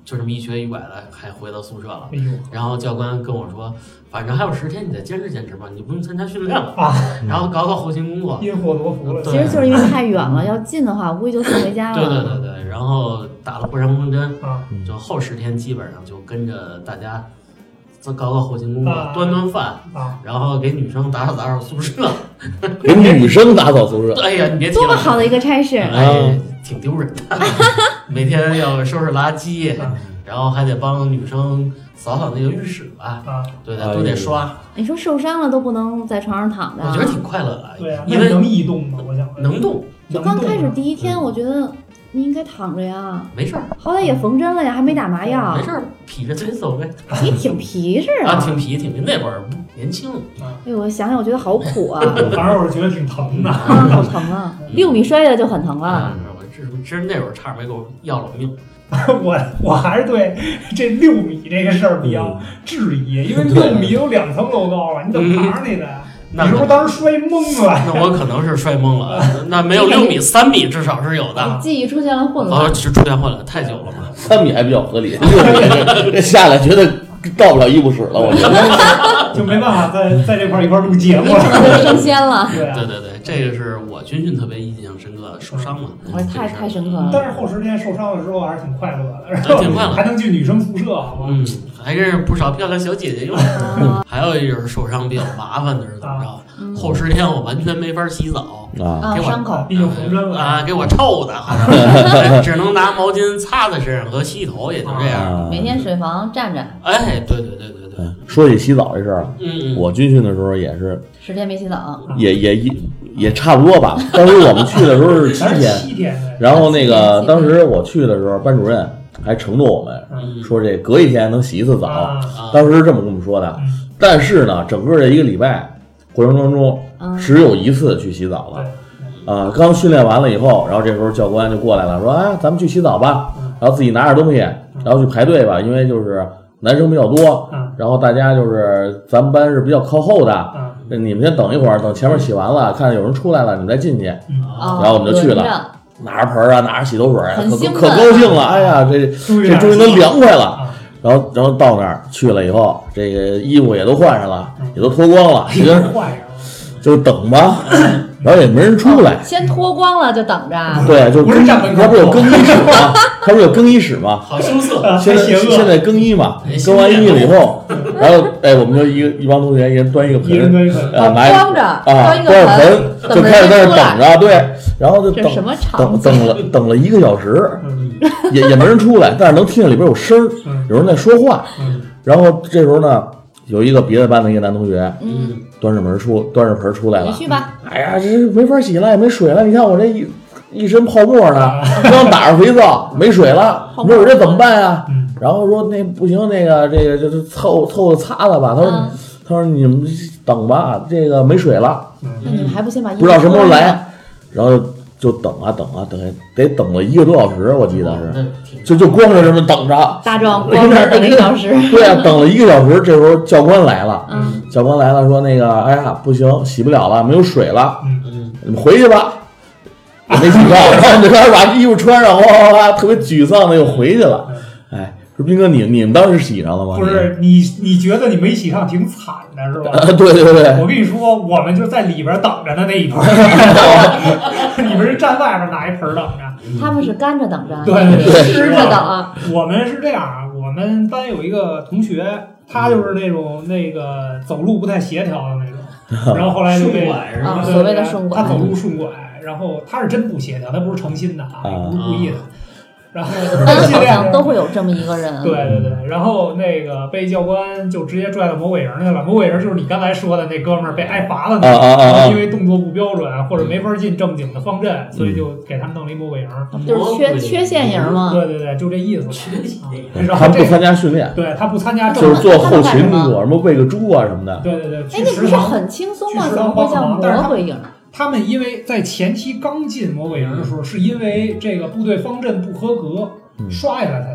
就这么一瘸一拐的还回到宿舍了。 哎呦， 然后教官跟我说，反正还有十天，你再坚持坚持吧，你不用参加训练了啊。 然后搞搞后勤工作， 因祸得福了。 其实就是因为太远了，要近的话，估计就送回家了。 对对对对，然后打了破伤风针啊， 就后十天基本上就跟着大家。搞搞后勤工作，啊、端端饭， 啊、 然后给女生打扫打扫宿舍， 给女生打扫宿舍。 哎呀，你别提多么好的一个差事， 哎，挺丢人的。每天要收拾垃圾，然后还得帮女生扫扫那个浴室吧，啊、对的，都得刷。 你说受伤了都不能在床上躺着， 我觉得挺快乐的。 对啊， 因为能移动吗？我想能动。 就刚开始第一天，我觉得。你应该躺着呀， 没事儿， 好歹也缝针了呀，还没打麻药， 没事儿，皮着嘴走呗。 你挺皮实啊， 啊，挺皮，挺皮。那会儿年轻啊。哎呦，我想想，我觉得好苦啊。 反正我是觉得挺疼的， 啊，好疼啊！六米摔的就很疼了。 我这真那会儿差点没给我要了命。 我我还是对这六米这个事儿比较质疑，因为六米有两层楼高了，你怎么爬上去的呀？你是不是当时摔懵了？ 那我可能是摔懵了，那没有六米，三米至少是有的。 记忆出现了混乱。 哦，是出现混乱，太久了嘛。 三米还比较合理，六米这下来觉得到不了医务室了，我觉得就没办法在在这块一块录节目了， 就升仙了。 对对对对，这个是我军训特别印象深刻的，受伤嘛， 我太太深刻了。 但是后十天受伤的时候还是挺快乐的，然后挺快乐， 还能去女生宿舍， 嗯，还认识不少漂亮小姐姐用。还有一就是受伤比较麻烦的是怎么着？后十天我完全没法洗澡啊， 给我伤口毕竟缝针了啊，给我臭的，只能拿毛巾擦在身上和洗头，也就这样。 每天水房站着。 哎，对对对对对。 说起洗澡这事儿， 嗯， 我军训的时候也是十天没洗澡， 也也也也差不多吧。当时我们去的时候是七天， 七天。 然后那个当时我去的时候，班主任还承诺我们说这隔一天能洗一次澡，当时是这么跟我们说的。但是呢，整个这一个礼拜过程当中，只有一次去洗澡了。啊，刚训练完了以后，然后这时候教官就过来了，说：“哎，咱们去洗澡吧。”然后自己拿点东西，然后去排队吧，因为就是男生比较多，然后大家就是咱们班是比较靠后的，你们先等一会儿，等前面洗完了，看有人出来了，你们再进去。然后我们就去了，拿着盆啊，拿着洗头水，可可高兴了，哎呀，这这终于能凉快了。然后然后到那儿去了以后，这个衣服也都换上了，也都脱光了，就等吧。然后也没人出来， 先脱光了就等着。 对，就更他不有更衣室吗？他不有更衣室吗？ 好羞涩。 现在现在更衣嘛，更完衣了以后，然后哎，我们就一个一帮同学一人端一个盆，啊，拿光着啊， 端着盆就开始在那等着，对，然后就等等等了等了一个小时，也也没人出来，但是能听见里边有声，有人在说话。然后这时候呢，有一个别的班的一个男同学，嗯，端着盆出，端着盆出来了。 你去吧。 哎呀，这没法洗了，也没水了。你看我这一一身泡沫呢，刚打上肥皂，没水了。你说我这怎么办呀？然后说那不行，那个这个就是凑凑擦了吧。他说、嗯、他说你们等吧，这个没水了。 那你们还不先把衣服不知道什么时候来，然后就等啊等啊等，得等了一个多小时，我记得是，就就光着这么等着。 大壮光着等一个小时。 对啊，等了一个小时，这时候教官来了，嗯，教官来了说那个，哎呀，不行，洗不了了，没有水了，嗯嗯，你们回去吧。也没洗澡，然后就开始把衣服穿上，哇哇哇，特别沮丧的又回去了。哎，说斌哥，你你们当时洗上了吗？ 不是，你你觉得你没洗上挺惨的是吧？ 啊、对对对， 我跟你说，我们就在里边等着的那一盆，你们是站外边拿一盆等着， 他们是干着等着， 对对对， 湿着等啊。 我们是这样，我们班有一个同学，他就是那种那个走路不太协调的那种，然后后来就被拐是吧？ 所谓的顺拐， 他走路顺拐。然后他是真不协调，他不是诚心的啊，也不是故意的。然后好像都会有这么一个人。 对对对，然后那个被教官就直接拽到魔鬼营去了。魔鬼营就是你刚才说的那哥们儿被挨罚了， 啊、 因为动作不标准或者没法进正经的方阵，嗯、所以就给他们弄了一魔鬼营， 就是缺缺陷营嘛。 对对对，就这意思。 然后他不参加训练， 对他不参加， 就是做后勤工作，什么喂个猪啊什么的。 对对对， 哎，那不是很轻松吗？怎么会叫魔鬼营？ 他们因为在前期刚进魔鬼营的时候，是因为这个部队方阵不合格，嗯、刷下来才去。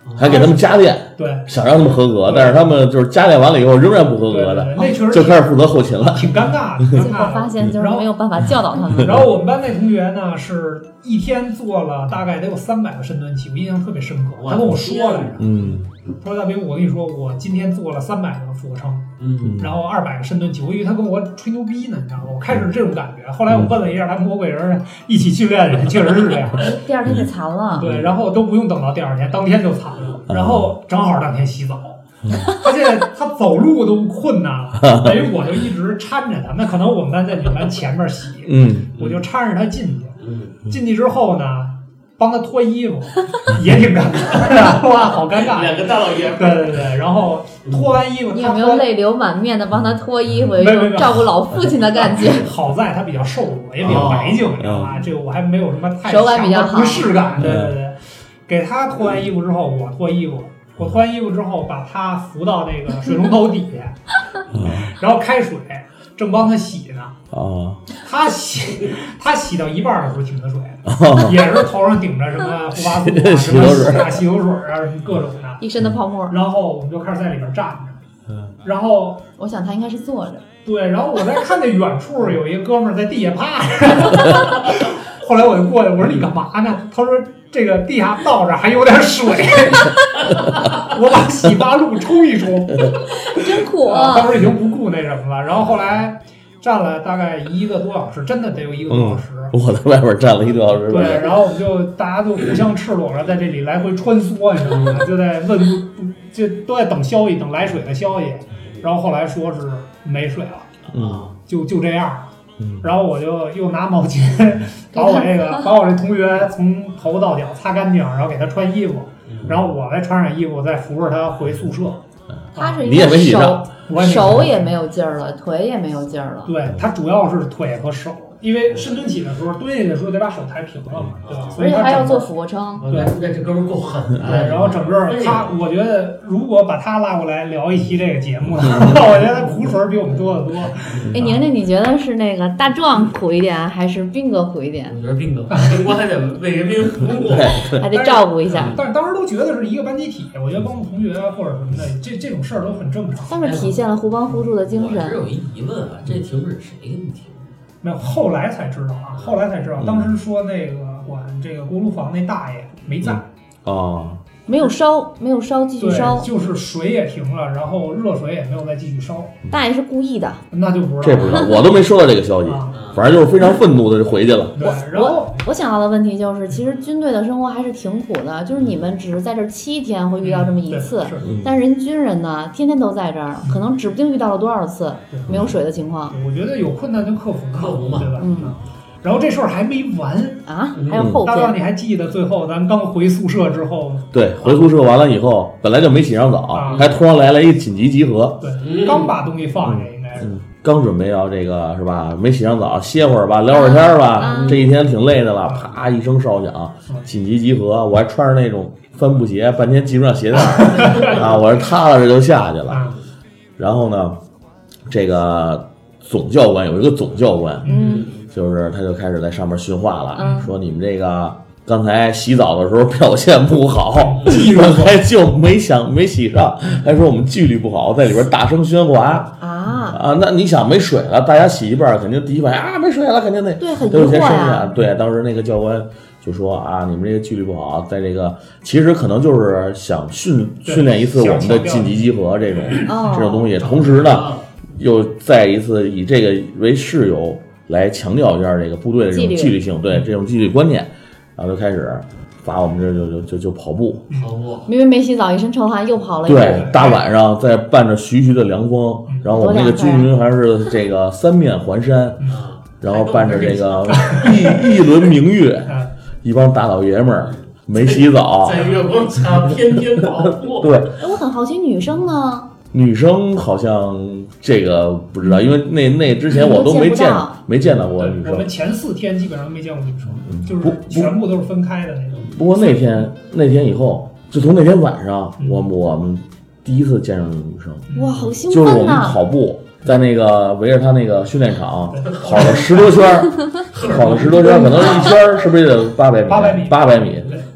还给他们加练， 对， 想让他们合格，但是他们就是加练完了以后仍然不合格的， 那确实就开始负责后勤了， 挺尴尬的。 最后发现就是没有办法教导他们。 然后我们班那同学呢，是一天做了大概得有三百个深蹲起，我印象特别深刻。他跟我说来着， 嗯， 他说大兵，我跟你说，我今天做了三百个俯卧撑， 嗯， 然后二百个深蹲起，我以为他跟我吹牛逼呢，你知道吗？我开始这种感觉，后来我问了一下他魔鬼人一起训练的人，确实是这样。 第二天就残了。 对，然后都不用等到第二天，当天就残了。然后正好当天洗澡，他现在他走路都困难了，等于我就一直搀着他。那可能我们班在你们班前面洗， 嗯， 我就搀着他进去。嗯，进去之后呢，帮他脱衣服，也挺尴尬，哇，好尴尬， 两个大老爷们。 对对对，然后脱完衣服， 你有没有泪流满面的帮他脱衣服，有一没有种照顾老父亲的感觉？ 好在他比较瘦弱，也比较白净，你知道吧？这个我还没有什么太手感比较好不适感。对对对，给他脱完衣服之后，我脱衣服。我脱完衣服之后，把他扶到那个水龙头底下，然后开水，正帮他洗呢。 啊， 他洗，他洗到一半的时候停的水，也是头上顶着什么护发素啊、什么水啊、洗头水啊，什么各种的， 一身的泡沫。 然后我们就开始在里边站着，然后我想他应该是坐着。 对，然后我在看那远处有一个哥们儿在地下趴着，后来我就过去，我说你干嘛呢？他说这个地下倒着还有点水，我把洗发露冲一冲， 真苦啊！他说已经不顾那什么了。然后后来站了大概一个多小时，真的得有一个多小时。 嗯、我在外边站了一个多小时。 对，然后我们就大家就互相赤裸着在这里来回穿梭，你知道吗？就在问，就都在等消息，等来水的消息。然后后来说是没水了， 嗯， 就就这样了。 嗯， 然后我就又拿毛巾把我这个把我这同学从头到脚擦干净，然后给他穿衣服，然后我再穿上衣服，再扶着他回宿舍。 他是你也没洗上， 手也没有劲儿了，腿也没有劲儿了。 对，他主要是腿和手，因为深蹲起的时候蹲下去的时候得把手抬平了嘛，对吧？ 而且还要做俯卧撑。 对， 那这哥们儿够狠的。 对，然后整个他，我觉得如果把他拉过来聊一期这个节目的话，我觉得他苦水比我们多得多。 哎，宁宁，你觉得是那个大壮苦一点，还是斌哥苦一点？ 我觉得斌哥，我还得为人民服务， 还得照顾一下。 但是当时都觉得是一个班集体，我觉得帮助同学或者什么的，这这种事儿都很正常。 但是体现了互帮互助的精神。 我只有一疑问啊，这题目是谁给你提的？ 没有，后来才知道啊，后来才知道，当时说那个管这个锅炉房那大爷没在。 哦。 没有烧，没有烧，继续烧， 就是水也停了，然后热水也没有再继续烧。 大爷是故意的， 那就不知道， 这不知道，我都没收到这个消息，啊、反正就是非常愤怒的就回去了。 对，然后我我想到的问题就是，其实军队的生活还是挺苦的，就是你们只是在这七天会遇到这么一次， 嗯、 但是人军人呢，天天都在这儿，可能指不定遇到了多少次没有水的情况。 我觉得有困难就克服， 克服嘛， 对吧？ 嗯。 然后这事儿还没完啊，还有后篇。大壮，你还记得最后咱刚回宿舍之后吗？ 对，回宿舍完了以后，本来就没洗上澡，啊、还突然来了一紧急集合。 对，嗯、刚把东西放下，应该是、 嗯。刚准备要这个是吧？没洗上澡，歇会儿吧，聊会儿天吧。啊、这一天挺累的了，啪一声哨响，紧急集合。我还穿着那种帆布鞋，半天系不上鞋带啊，我是踏拉着就下去了。 啊、 然后呢，这个总教官有一个总教官， 嗯。 就是他就开始在上面训话了，嗯、说你们这个刚才洗澡的时候表现不好，刚才就没想没洗上，还说我们纪律不好，在里边大声喧哗啊啊！那你想没水了，大家洗一半，肯定第一反应啊没水了，肯定得对很都有些声音。对，当时那个教官就说啊，你们这个纪律不好，在这个其实可能就是想训训练一次我们的紧急集合这种、哦、这种东西，同时呢又再一次以这个为事由。来强调一下这个部队的这种纪律性，对这种纪律观念，然后就开始罚我们这就就就就跑步， 跑步， 明明没洗澡，一身臭汗又跑了一对，大晚上再伴着徐徐的凉风，然后我们这个军营还是这个三面环山，然后伴着这个一一轮明月，一帮大老爷们儿没洗澡， 在月光下天天跑步。 对， 哎，我很好奇，女生呢？ 女生好像这个不知道，因为那那之前我都没见没见到过女生。 我们前四天基本上都没见过女生，就是全部都是分开的那种。 不过那天那天以后，就从那天晚上，我们我们第一次见上女生。 哇，好兴奋呐！ 就是我们跑步，在那个围着他那个训练场跑了十多圈，跑了十多圈，可能一圈是不是也得八百米？ 八百米， 八百米，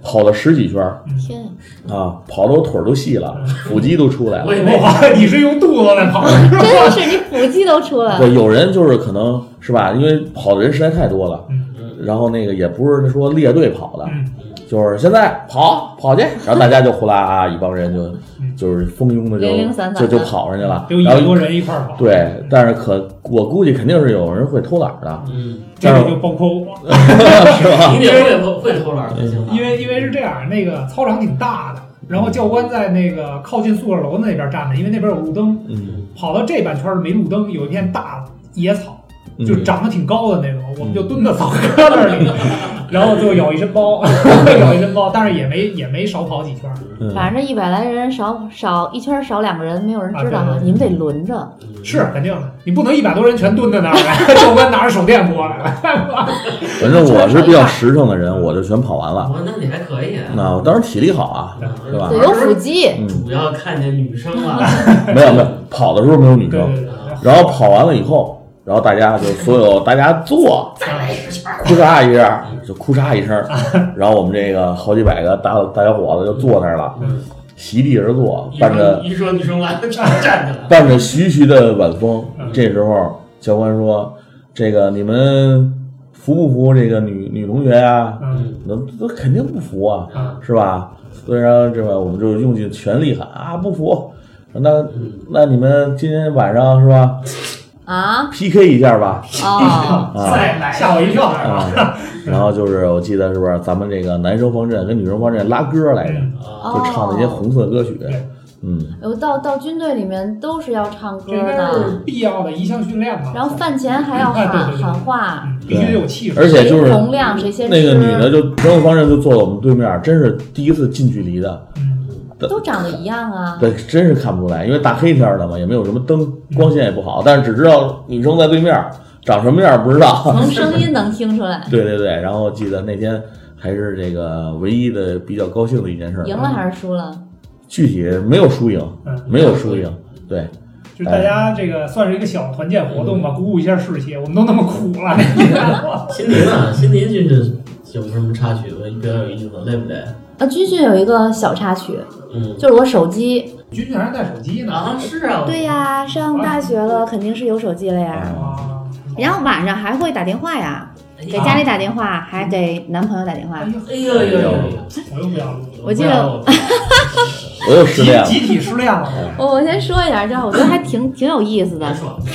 跑了十几圈， 天啊，跑的我腿都细了，腹肌都出来了。 哇，你是用肚子来跑？ 真的是你腹肌都出来了。 对，有人就是可能是吧，因为跑的人实在太多了，然后那个也不是说列队跑的，就是现在跑跑去，然后大家就呼啦一帮人就就是蜂拥的就就就跑上去了， 有一百多人一块跑。 对，但是可我估计肯定是有人会偷懒的， 嗯，这里就包括我， 是吧？ 你也会会偷懒的， 因为因为是这样，那个操场挺大的，然后教官在那个靠近宿舍楼那边站着，因为那边有路灯， 嗯， 跑到这半圈没路灯，有一片大野草。就长得挺高的那种，我们就蹲在草棵那里，然后就咬一身包，咬一身包，但是也没也没少跑几圈。 反正一百来人少少一圈少两个人，没有人知道哈，你们得轮着。 是肯定的，你不能一百多人全蹲在那儿，教官拿着手电过来了。 反正我是比较实诚的人，我就全跑完了。 那你还可以。 那我当时体力好啊，是吧？ 对，有腹肌。 主要看见女生了。 没有没有，跑的时候没有女生，然后跑完了以后。然后大家就所有大家坐，哭嚓一下就哭嚓一声，然后我们这个好几百个大大小伙子就坐那儿了，席地而坐，伴着一说女生来了，站起来， 伴着徐徐的晚风。这时候教官说：“这个你们服不服这个女女同学呀？那那肯定不服啊，是吧？所以说这个我们就用尽全力喊啊，不服！那那你们今天晚上是吧？” 啊 ，P K 一下吧！ 哦， 啊，吓我一跳啊！然后就是我记得是不是咱们这个男生方阵跟女生方阵拉歌来着，就唱那些红色歌曲。嗯， 我到到军队里面都是要唱歌的， 必要的一项训练嘛。 然后饭前还要喊喊话， 必须得有气势。 而且就是洪亮谁先吃， 那个女的就生物方阵就坐在我们对面，真是第一次近距离的。 都长得一样啊， 对，真是看不出来，因为大黑天的嘛，也没有什么灯，光线也不好，但是只知道女生在对面，长什么样不知道， 从声音能听出来。 对对对，然后记得那天还是这个唯一的比较高兴的一件事， 赢了还是输了？ 具体没有输赢，没有输赢，对， 就大家这个算是一个小团建活动吧，鼓舞一下士气。我们都那么苦了，那天。 新林啊，新林军这有什么插曲？比较有意思，累不累？ 啊，军训有一个小插曲， 嗯， 就是我手机。 军训还带手机呢？ 啊，是啊。 对呀，上大学了，肯定是有手机了呀。 啊。 然后晚上还会打电话呀，给家里打电话，还给男朋友打电话。 哎呦呦呦！ 我又不要录。 我记得。 我又失恋了。 集体失恋了。 我我先说一下，这我觉得还挺挺有意思的。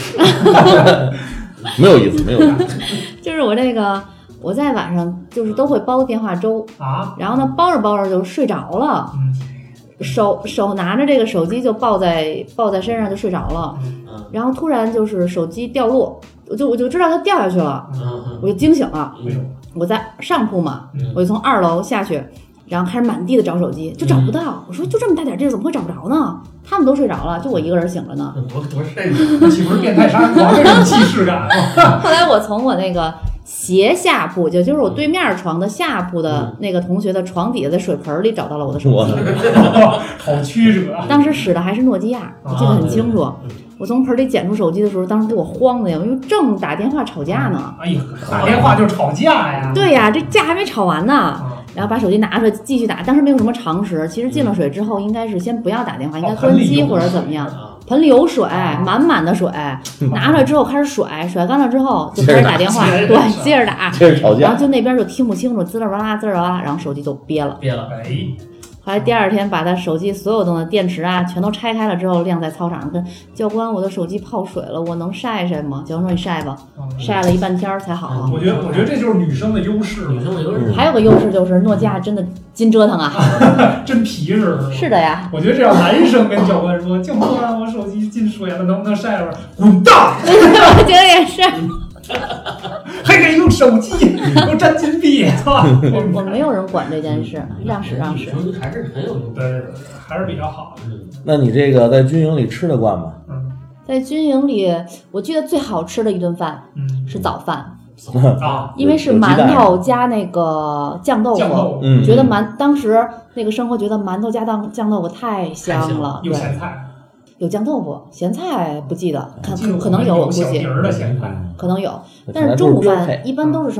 没有意思，没有意思。 就是我这个。我在晚上就是都会煲电话粥啊， 然后呢煲着煲着就睡着了， 嗯、 手手拿着这个手机就抱在抱在身上就睡着了， 嗯、 然后突然就是手机掉落，我就我就知道它掉下去了， 嗯、 我就惊醒了。 嗯、 我在上铺嘛， 嗯、 我就从二楼下去，然后开始满地的找手机，就找不到。嗯、我说就这么大点地儿怎么会找不着呢？他们都睡着了，就我一个人醒着呢。 多多睡着， 岂不是变态杀人狂这种既视感？ 后来我从我那个。斜下铺，就就是我对面床的下铺的那个同学的床底下的水盆里找到了我的手机， 好曲折。 当时使的还是诺基亚，我记得很清楚。我从盆里捡出手机的时候，当时给我慌的呀，因为正打电话吵架呢。 哎呀，打电话就吵架呀？ 对呀，这架还没吵完呢。然后把手机拿出来继续打，当时没有什么常识。其实进了水之后，应该是先不要打电话，应该关机或者怎么样。盆里有水，满满的水，拿出来之后开始甩，甩干了之后就开始打电话，对，接着打， 接着吵架， 然后就那边就听不清楚，滋啦哇啦，滋啦哇啦，然后手机就憋了， 憋了， 哎。 后来第二天把他手机所有的电池啊全都拆开了之后晾在操场上，跟教官我的手机泡水了，我能晒晒吗？教官说你晒吧，晒了一半天才好。 我觉得我觉得这就是女生的优势， 女生的优势。 还有个优势就是诺基亚真的金折腾啊， 真皮实。 是的呀。 我觉得这要男生跟教官说，教官我手机进水了，能不能晒会儿？滚蛋！ 我觉得也是。 还可以用手机，用粘金币， 我我没有人管这件事，让使让使， 还是很有用， 对对对，还是比较好的。 那你这个在军营里吃得惯吗？ 嗯， 在军营里，我记得最好吃的一顿饭， 嗯， 是早饭啊， 因为是馒头加那个酱豆腐， 嗯， 觉得馒当时那个生活觉得馒头加当酱豆腐太香了， 有咸菜。 有酱豆腐，咸菜不记得，看可能有，我估计小碟儿的咸菜可能有，但是中午饭一般都是什么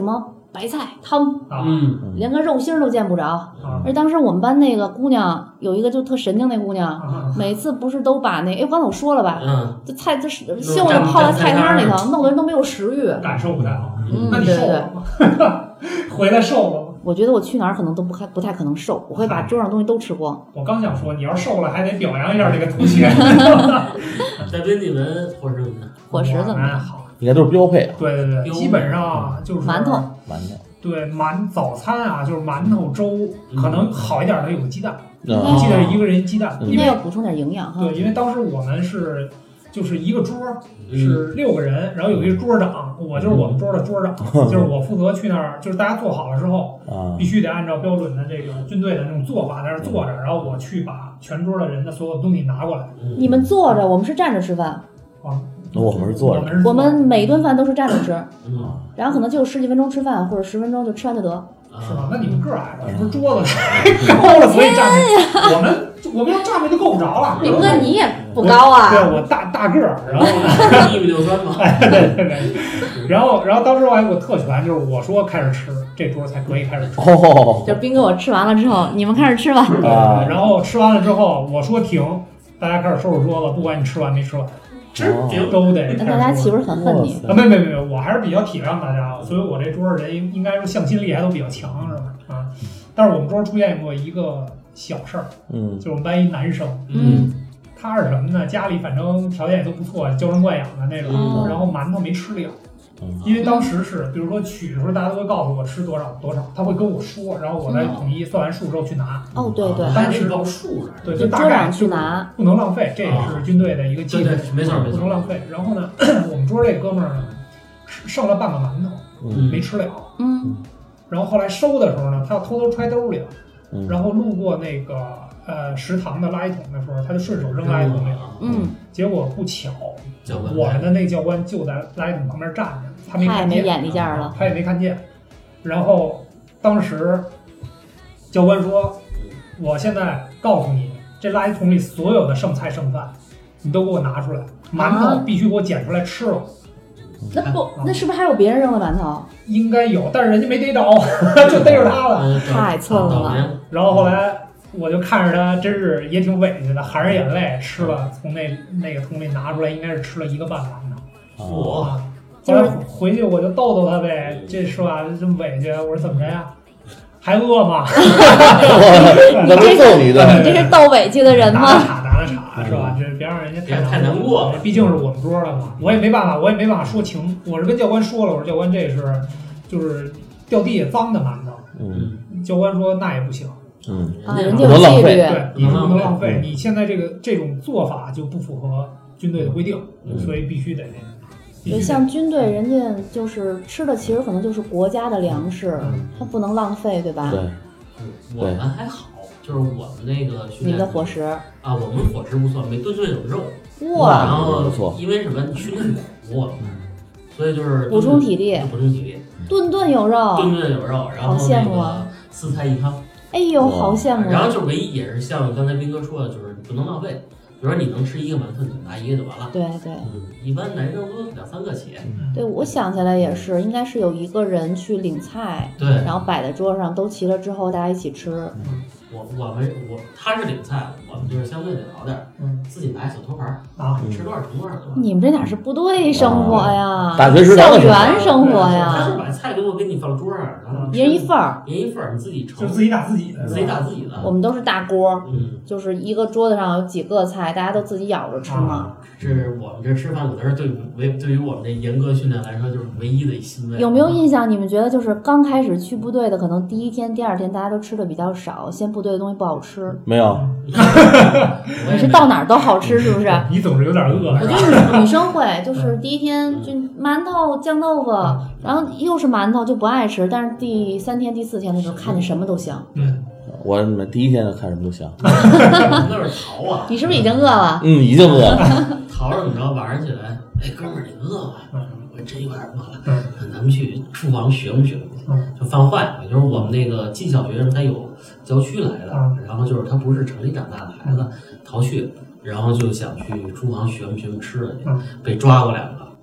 白菜汤， 嗯， 连个肉馅都见不着。而当时我们班那个姑娘有一个就特神经那姑娘，每次不是都把那哎，刚才我说了吧，这菜这袖子泡在菜汤里头，弄得人都没有食欲， 感受不太好。 嗯， 那你瘦了吗？回来瘦了吗？ 我觉得我去哪儿可能都不太不太可能瘦，我会把桌上东西都吃光。 我刚想说，你要瘦了还得表扬一下这个同学。 在宾你们伙食怎么样？ 伙食怎么样？ 好， 应该都是标配啊。 对对对，基本上就是馒头， 馒头。 对，馒早餐啊，就是馒头粥，可能好一点的有个鸡蛋， 我记得一个人鸡蛋， 应该要补充点营养哈。 对，因为当时我们是。就是一个桌是六个人，然后有一个桌长，我就是我们桌的桌长，就是我负责去那儿，就是大家做好了之后，必须得按照标准的这个军队的那种做法在那儿坐着，然后我去把全桌的人的所有东西拿过来。 你们坐着，我们是站着吃饭。 啊， 我们是坐着， 我们每顿饭都是站着吃，然后可能就十几分钟吃饭，或者十分钟就吃完就得。 是吗？那你们个儿矮吧？是不是桌子太高了，所以站着？我们我们要站着就够不着了。 林哥，你也不高啊？ 对，我大大个儿，然后一米六三嘛。 哎，对对对。然后然后当时我还有个特权，就是我说开始吃，这桌才可以开始吃。 哦。 就是斌哥我吃完了之后，你们开始吃吧。 啊。然后吃完了之后，我说停，大家开始收拾桌子，不管你吃完没吃完。吃都得， 那大家岂不是很恨你？ 啊，没没没，我还是比较体谅大家，所以我这桌上人应该说向心力还都比较强，是吧？啊，但是我们桌出现过一个小事儿， 嗯， 就是我们班一男生， 嗯， 他是什么呢？家里反正条件也都不错，娇生惯养的那种， 嗯、 然后馒头没吃了。因为当时是，比如说取的时候，大家都会告诉我吃多少多少，他会跟我说，然后我再统一算完数之后去拿。 哦，对对， 当时报数的， 对，就大概去拿， 不能浪费，这也是军队的一个纪律， 没错没错， 不能浪费。然后呢，我们桌这哥们儿呢，剩了半个馒头，没吃了。 嗯。 然后后来收的时候呢，他要偷偷揣兜里了，然后路过那个呃食堂的垃圾桶的时候，他就顺手扔垃圾桶里了。 嗯。 结果不巧，我们的那教官就在垃圾桶旁边站着。他没看见， 没眼力见了， 他也没看见。然后当时教官说：“我现在告诉你，这垃圾桶里所有的剩菜剩饭，你都给我拿出来，馒头必须给我捡出来吃了。” 那不，那是不是还有别人扔的馒头？ 应该有，但是人家没逮着，就逮着他了， 太寸了。 然后后来我就看着他，真是也挺委屈的，含着眼泪吃了，从那那个桶里拿出来，应该是吃了一个半馒头。 我。 后来回去我就逗逗他呗，这是吧？这么委屈，我说怎么着呀？还饿吗？ 怎么揍你的？ 你这是逗委屈的人吗？ 打打岔，打打岔，是吧？这别让人家太太难过， 毕竟是我们桌的嘛。我也没办法，我也没办法说情。我是跟教官说了，我说教官这是就是掉地下脏的馒头。 嗯。 教官说那也不行。 嗯。 啊，人家有纪律。 对，你不能浪费。你现在这个这种做法就不符合军队的规定，所以必须得那个。 对，像军队，人家就是吃的，其实可能就是国家的粮食，它不能浪费，对吧？ 对， 我们还好，就是我们那个训练， 你的伙食啊， 我们伙食不错，每顿顿有肉， 哇， 然后因为什么训练苦，所以就是补充体力， 补充体力， 顿顿有肉， 顿顿有肉，然后好羡慕啊， 四菜一汤， 哎呦，好羡慕。 然后就唯一也是像刚才斌哥说的，就是不能浪费。比如说你能吃一个馒头，你就拿一个就完了。 对对， 嗯，一般男生都两三个起。 对，我想起来也是，应该是有一个人去领菜， 对， 然后摆在桌上，都齐了之后大家一起吃。 嗯，我我们我他是领菜，我们就是相对得好点，嗯，自己拿小托盘啊，吃多少盛多少。 你们这哪是部队生活呀？ 大学食堂、校园生活呀。 他是把菜给我给你放桌上，然后一人一份儿， 一人一份儿，你自己盛， 就自己打自己的， 自己打自己的。 我们都是大锅， 嗯， 就是一个桌子上有几个菜，大家都自己舀着吃嘛。 这是我们这吃饭可能是对为对于我们这严格训练来说，就是唯一的欣慰。 有没有印象？你们觉得就是刚开始去部队的，可能第一天、第二天大家都吃的比较少，嫌部队的东西不好吃。 没有， 你是到哪儿都好吃，是不是？ 你总是有点饿。 我觉得女女生会，就是第一天就馒头、酱豆腐，然后又是馒头就不爱吃，但是第三天、第四天的时候看见什么都香。 嗯， 我第一天就看什么都香。 那是淘啊！ 你是不是已经饿了？ 嗯，已经饿了。 淘着怎么着？晚上起来，哎，哥们儿，你饿吗？我真有点饿了。嗯，咱们去厨房学不学？就饭坏了，就是我们那个技校学生，他有郊区来的，然后就是他不是城里长大的孩子，逃去，然后就想去厨房学不学吃的去，被抓过两个。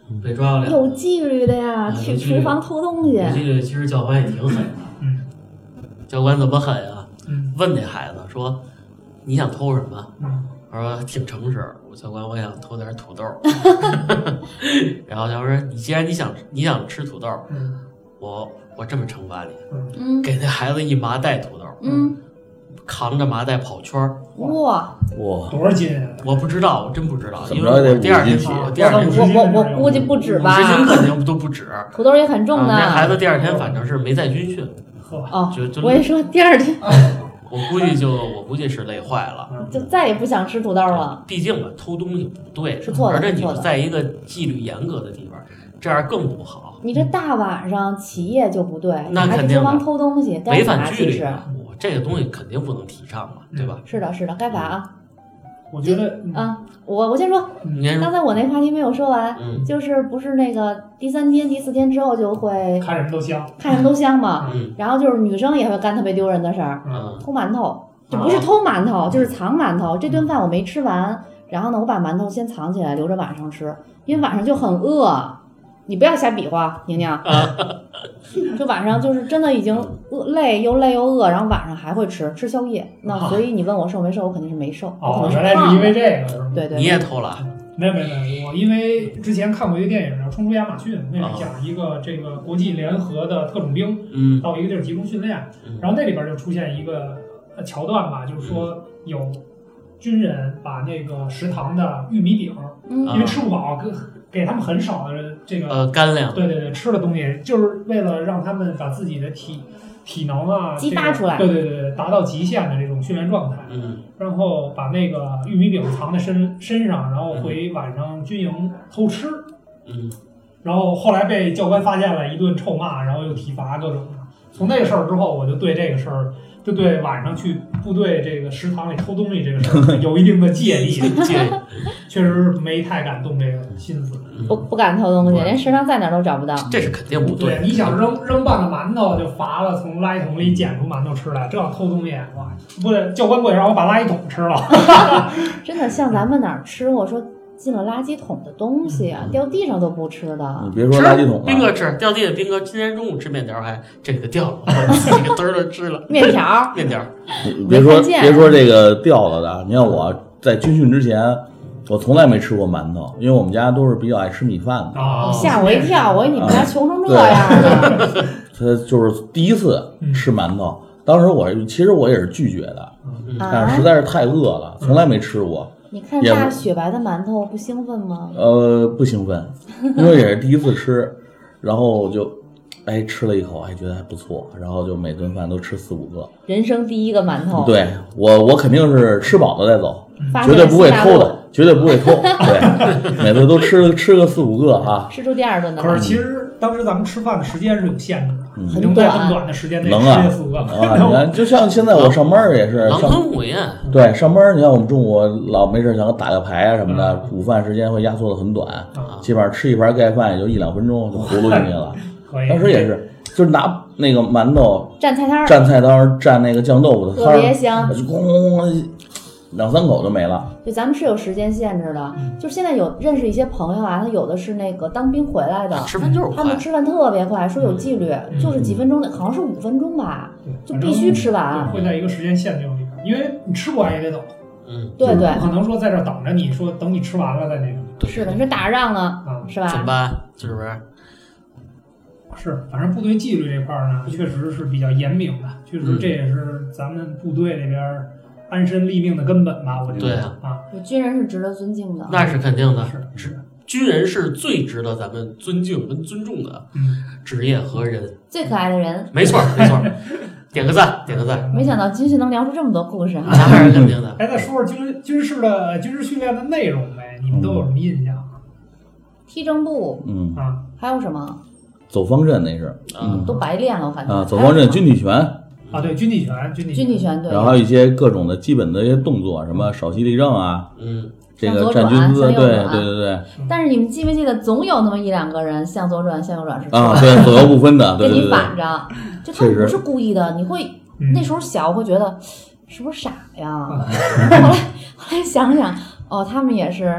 被抓了， 有纪律的呀， 嗯、 去厨房偷东西。 有纪律，其实教官也挺狠的。 嗯， 教官怎么狠啊？ 嗯， 问那孩子说：“你想偷什么？” 嗯， 他说：“挺诚实。”我教官，我想偷点土豆。然后他说：“你既然你想你想吃土豆， 嗯， 我我这么惩罚你， 嗯， 给那孩子一麻袋土豆， 嗯。” 扛着麻袋跑圈儿， 哇哇， 多少斤啊？ 我不知道，我真不知道，因为我第二天我第二天我我我估计不止吧， 五十斤肯定都不止。 土豆也很重的。 那孩子第二天反正是没在军训， 哦， 就就我也说第二天， 我估计就我估计是累坏了， 就再也不想吃土豆了。 毕竟吧，偷东西不对， 是错的， 而且你是在一个纪律严格的地方，这样更不好。 你这大晚上起夜就不对， 那肯定厨房偷东西， 违反纪律。 我这个东西肯定不能提倡嘛，对吧？ 是的，是的，该罚啊。 我觉得啊，我我先说，刚才我那话题没有说完， 嗯、 就是不是那个第三天、第四天之后就会看什么都香， 看什么都香嘛。 嗯、 然后就是女生也会干特别丢人的事儿， 嗯、 偷馒头，就不是偷馒头，就是藏馒头。这顿饭我没吃完，然后呢，我把馒头先藏起来，留着晚上吃，因为晚上就很饿。你不要瞎比划，宁宁。就晚上就是真的已经饿累又累又饿，然后晚上还会吃吃宵夜。那所以你问我瘦没瘦，我肯定是没瘦。 哦，原来是因为这个是吗？ 对对。 你也偷了？ 没有没有没有，我因为之前看过一个电影叫《冲出亚马逊》，那是讲一个这个国际联合的特种兵， 嗯， 到一个地儿集中训练，然后那里边就出现一个桥段吧，就是说有军人把那个食堂的玉米饼， 嗯， 因为吃不饱，给给他们很少的这个呃干粮， 对对对，吃的东西，就是为了让他们把自己的体体能啊激发出来， 对对对，达到极限的这种训练状态。 嗯， 然后把那个玉米饼藏在身身上，然后回晚上军营偷吃。 嗯， 然后后来被教官发现了，一顿臭骂，然后又体罚各种的。从那个事儿之后，我就对这个事儿。就对晚上去部队这个食堂里偷东西这个事儿有一定的戒力， 戒确实没太敢动这个心思， 不不敢偷东西，连食堂在哪儿都找不到， 这是肯定不对。你想扔扔半个馒头就罚了，从垃圾桶里捡出馒头吃来，这要偷东西哇，不对，教官不得让我把垃圾桶吃了。 真的像咱们哪儿吃，我说。进了垃圾桶的东西啊，掉地上都不吃的。 你别说垃圾桶了， 斌哥吃掉地的。斌哥今天中午吃面条还这个掉了，我自己个嘚儿的吃了面条。 面条， 你别说别说这个掉了的。你看我在军训之前，我从来没吃过馒头，因为我们家都是比较爱吃米饭的。 啊， 吓我一跳，我以为你们家穷成这样呢。 他就是第一次吃馒头，当时我其实我也是拒绝的，但是实在是太饿了，从来没吃过。 你看大雪白的馒头不兴奋吗？ 呃，不兴奋，因为也是第一次吃，然后就，哎，吃了一口，还觉得还不错，然后就每顿饭都吃四五个。 人生第一个馒头。 对我，我肯定是吃饱了再走，绝对不会偷的，绝对不会偷。对，每次都吃吃个四五个啊。 吃出第二顿的。 可是其实当时咱们吃饭的时间是有限制的。 嗯、 能在很短的时间内吃这四个， 啊！你看，就像现在我上班也是， 狼吞虎咽。 对，上班你看我们中午老没事想打个牌啊什么的， 嗯、 午饭时间会压缩的很短， 嗯、 基本上吃一盘盖饭也就一两分钟就葫芦进去了。 当时也是，就是拿那个馒头蘸菜汤， 蘸菜汤，蘸那个酱豆腐的汤， 特别香， 就咣咣两三口就没了。 对，咱们是有时间限制的。嗯、就现在有认识一些朋友啊，他有的是那个当兵回来的， 吃饭就是快， 他们吃饭特别快，说有纪律，嗯、就是几分钟的，好像是五分钟吧，就必须吃完。 会在一个时间限定里边，因为你吃不完也得走。 嗯， 对对， 不可能说在这等着你说等你吃完了再那个。 是的，你说打仗呢， 啊、 是吧？ 怎么办？是不是？ 是，反正部队纪律这块呢，确实是比较严明的，确实这也是咱们部队这边安身立命的根本吧，我觉得。 对啊， 啊， 军人是值得尊敬的。 那是肯定的， 是是， 军人是最值得咱们尊敬跟尊重的职业和人， 最可爱的人。 没错没错，点个赞点个赞。 没想到军训能聊出这么多故事啊！ 那是肯定的。 哎，再说说军军事的军事训练的内容呗，你们都有什么印象？ 踢正步， 嗯啊， 还有什么？ 走方阵那是， 嗯，都白练了，我感觉啊，走方阵、军体拳啊，对，军体拳，军体军体拳，对， 然后还有一些各种的基本的一些动作，什么稍息立正啊， 嗯， 这个站军姿，对对对对。 但是你们记没记得，总有那么一两个人向左转向右转是啊，对，左右不分的，对对对， 跟你反着，就他不是故意的，你会那时候小会觉得是不是傻呀？后来后来想想，哦，他们也是。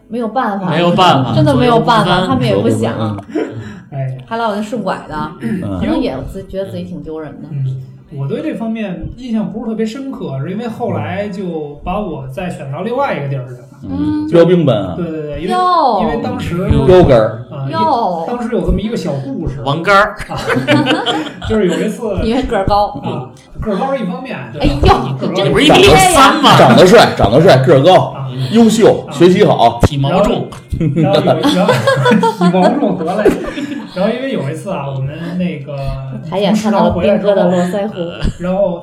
没有办法， 没有办法， 真的没有办法，他们也不想。 哎， 还老那顺拐的，可能也自觉得自己挺丢人的。 嗯，我对这方面印象不是特别深刻，是因为后来就把我再选到另外一个地儿去了。 嗯，标兵班啊。 对对对，因为因为当时标杆儿啊，当时有这么一个小故事。 王杆儿啊，就是有一次， 因为个儿高啊，个儿高是一方面。 哎呦， 这不是一米六三吗？ 长得帅，长得帅，个儿高，优秀，学习好， 体毛重。 然后有然后体毛重得嘞。然后因为有一次啊，我们那个抬眼看到了斌哥的络腮胡， 然后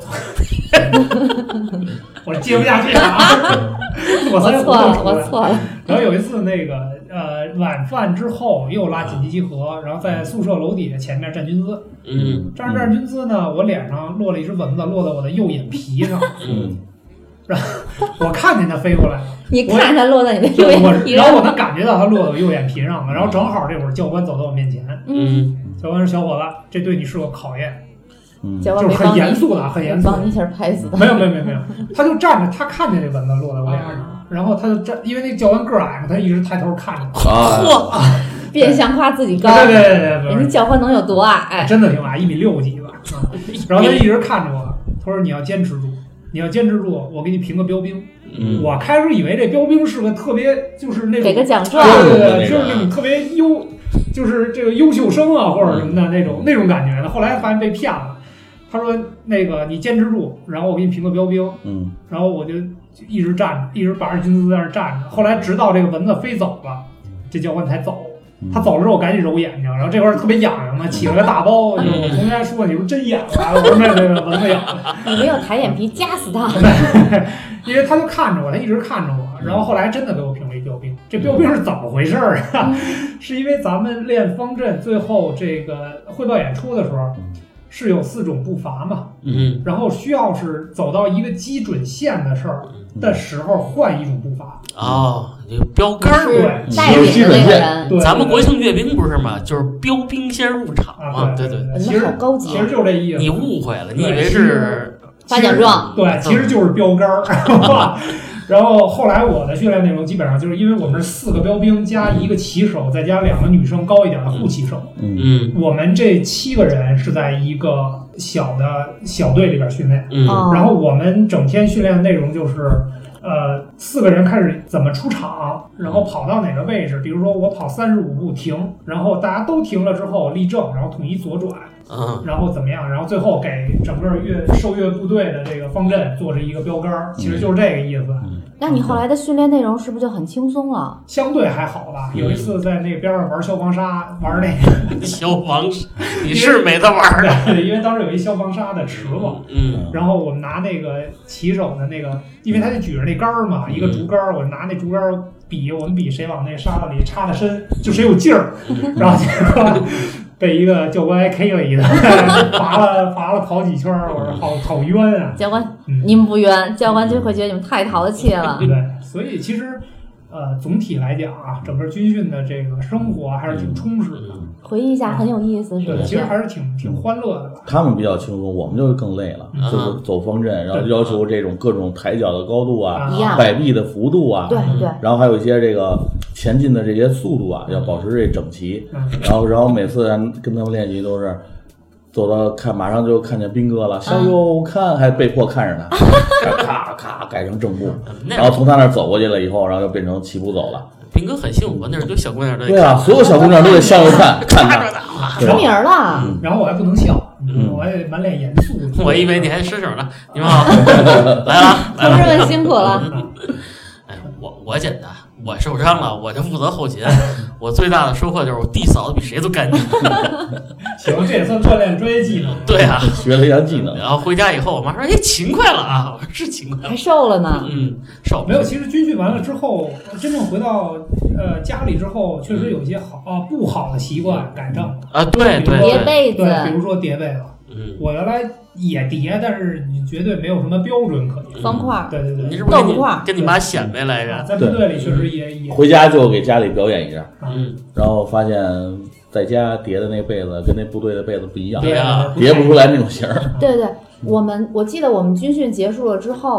我接不下去了啊！ 我错了，我错了。 然后有一次那个呃晚饭之后又拉紧急集合，然后在宿舍楼底下前面站军姿。 嗯， 站着站着军姿呢，我脸上落了一只蚊子，落到我的右眼皮上。 嗯， 然后我看见它飞过来了。 你看它落在你的右眼皮上，然后我能感觉到它落到我右眼皮上了。然后正好这会儿教官走到我面前， 嗯， 教官说：“小伙子，这对你是个考验。” 嗯， 就是很严肃的，很严肃。 帮你一下拍死他。 没有没有没有没有，他就站着，他看见这蚊子落在我脸上，然后他就站，因为那个教官个矮嘛，他一直抬头看着。 嚯！变相夸自己高。 对对对对， 人家教官能有多矮？ 真的挺矮，一米六几吧。然后他一直看着我，他说：“你要坚持住，你要坚持住，我给你评个标兵。” 嗯， 我开始以为这标兵是个特别，就是那种给个奖状， 对对对，就是那种特别优，就是这个优秀生啊或者什么的那种那种感觉的。后来发现被骗了，他说那个你坚持住，然后我给你评个标兵， 嗯， 然后我就一直站着，一直拔着军姿在那站着。后来直到这个蚊子飞走了，这教官才走。他走了之后，我赶紧揉眼睛，然后这会儿特别痒痒嘛，起了个大包。就我同学还说：“你说真痒啊！”我说：“没有没有，蚊子痒。” 你没有抬眼皮夹死他。 因为他就看着我，他一直看着我，然后后来真的给我评了一标兵。这标兵是怎么回事儿啊？是因为咱们练方阵，最后这个汇报演出的时候是有四种步伐嘛， 嗯， 然后需要是走到一个基准线的事儿的时候换一种步伐。 哦，这个标杆儿， 对， 带领的那个人， 对， 咱们国庆阅兵不是嘛，就是标兵先入场嘛，对对， 其实好高级， 其实就是这意思。 你误会了，你以为是发奖状， 对，其实就是标杆儿。然后后来我的训练内容基本上就是因为我们是四个标兵加一个骑手，再加两个女生高一点的护骑手。 嗯， 我们这七个人是在一个小的小队里边训练。 嗯， 然后我们整天训练的内容就是。呃，四个人开始怎么出场，然后跑到哪个位置？比如说我跑三十五步停，然后大家都停了之后立正，然后统一左转， 嗯， 然后怎么样？然后最后给整个越受越部队的这个方阵做着一个标杆，其实就是这个意思。 嗯， 那你后来的训练内容是不是就很轻松了？ 相对还好吧。有一次在那边上玩消防沙，玩那个消防，你是没得玩的， 对，因为当时有一消防沙的池子， 嗯， 然后我们拿那个骑手的那个，因为他就举着那杆儿嘛，一个竹竿儿，我拿那竹竿儿比，我们比谁往那沙子里插的深，就谁有劲儿，然后结果被一个教官 K 了一顿，罚了罚了好几圈，我说好好冤啊！ 教官，嗯、你们不冤，教官就会觉得你们太淘气了。 对，所以其实。呃，总体来讲啊，整个军训的这个生活还是挺充实的。 回忆一下很有意思，是吧？ 对，其实还是挺挺欢乐的吧。 他们比较轻松，我们就更累了， 嗯、 就是走方阵，然后要求这种各种抬脚的高度啊， 啊摆臂的幅度啊， 对对， 然后还有一些这个前进的这些速度啊，要保持这整齐。 嗯、 然后，然后每次跟他们练习都是。走到看，马上就看见兵哥了，小友看，还被迫看着他，咔咔改成正步，然后从他那儿走过去了以后，然后又变成齐步走了。 兵哥很幸福，那时候小姑娘都对啊，所有小姑娘都得向右看，看他出名了。 然后我还不能笑，我还得满脸严肃。 我以为你还伸手呢，你们好，来了， 同志们辛苦了。 哎，我我简单。我受伤了，我就负责后勤。我最大的收获就是我地扫的比谁都干净。 行，这也算锻炼专业技能。 对啊， 学了一项技能。 然后回家以后，我妈说：“哎，勤快了啊！”我说：“是勤快了。” 还瘦了呢。 嗯，瘦没有。其实军训完了之后，真正回到呃家里之后，确实有一些好啊不好的习惯改正啊。对对， 叠被子， 对，比如说叠被子。 嗯， 我原来也叠，但是你绝对没有什么标准可言。 方块， 对对对， 你是不是跟你跟你妈显摆来着？ 在部队里确实也也。 回家就给家里表演一下， 嗯， 然后发现在家叠的那被子跟那部队的被子不一样， 对啊， 叠不出来那种型儿。 对对，我们我记得我们军训结束了之后，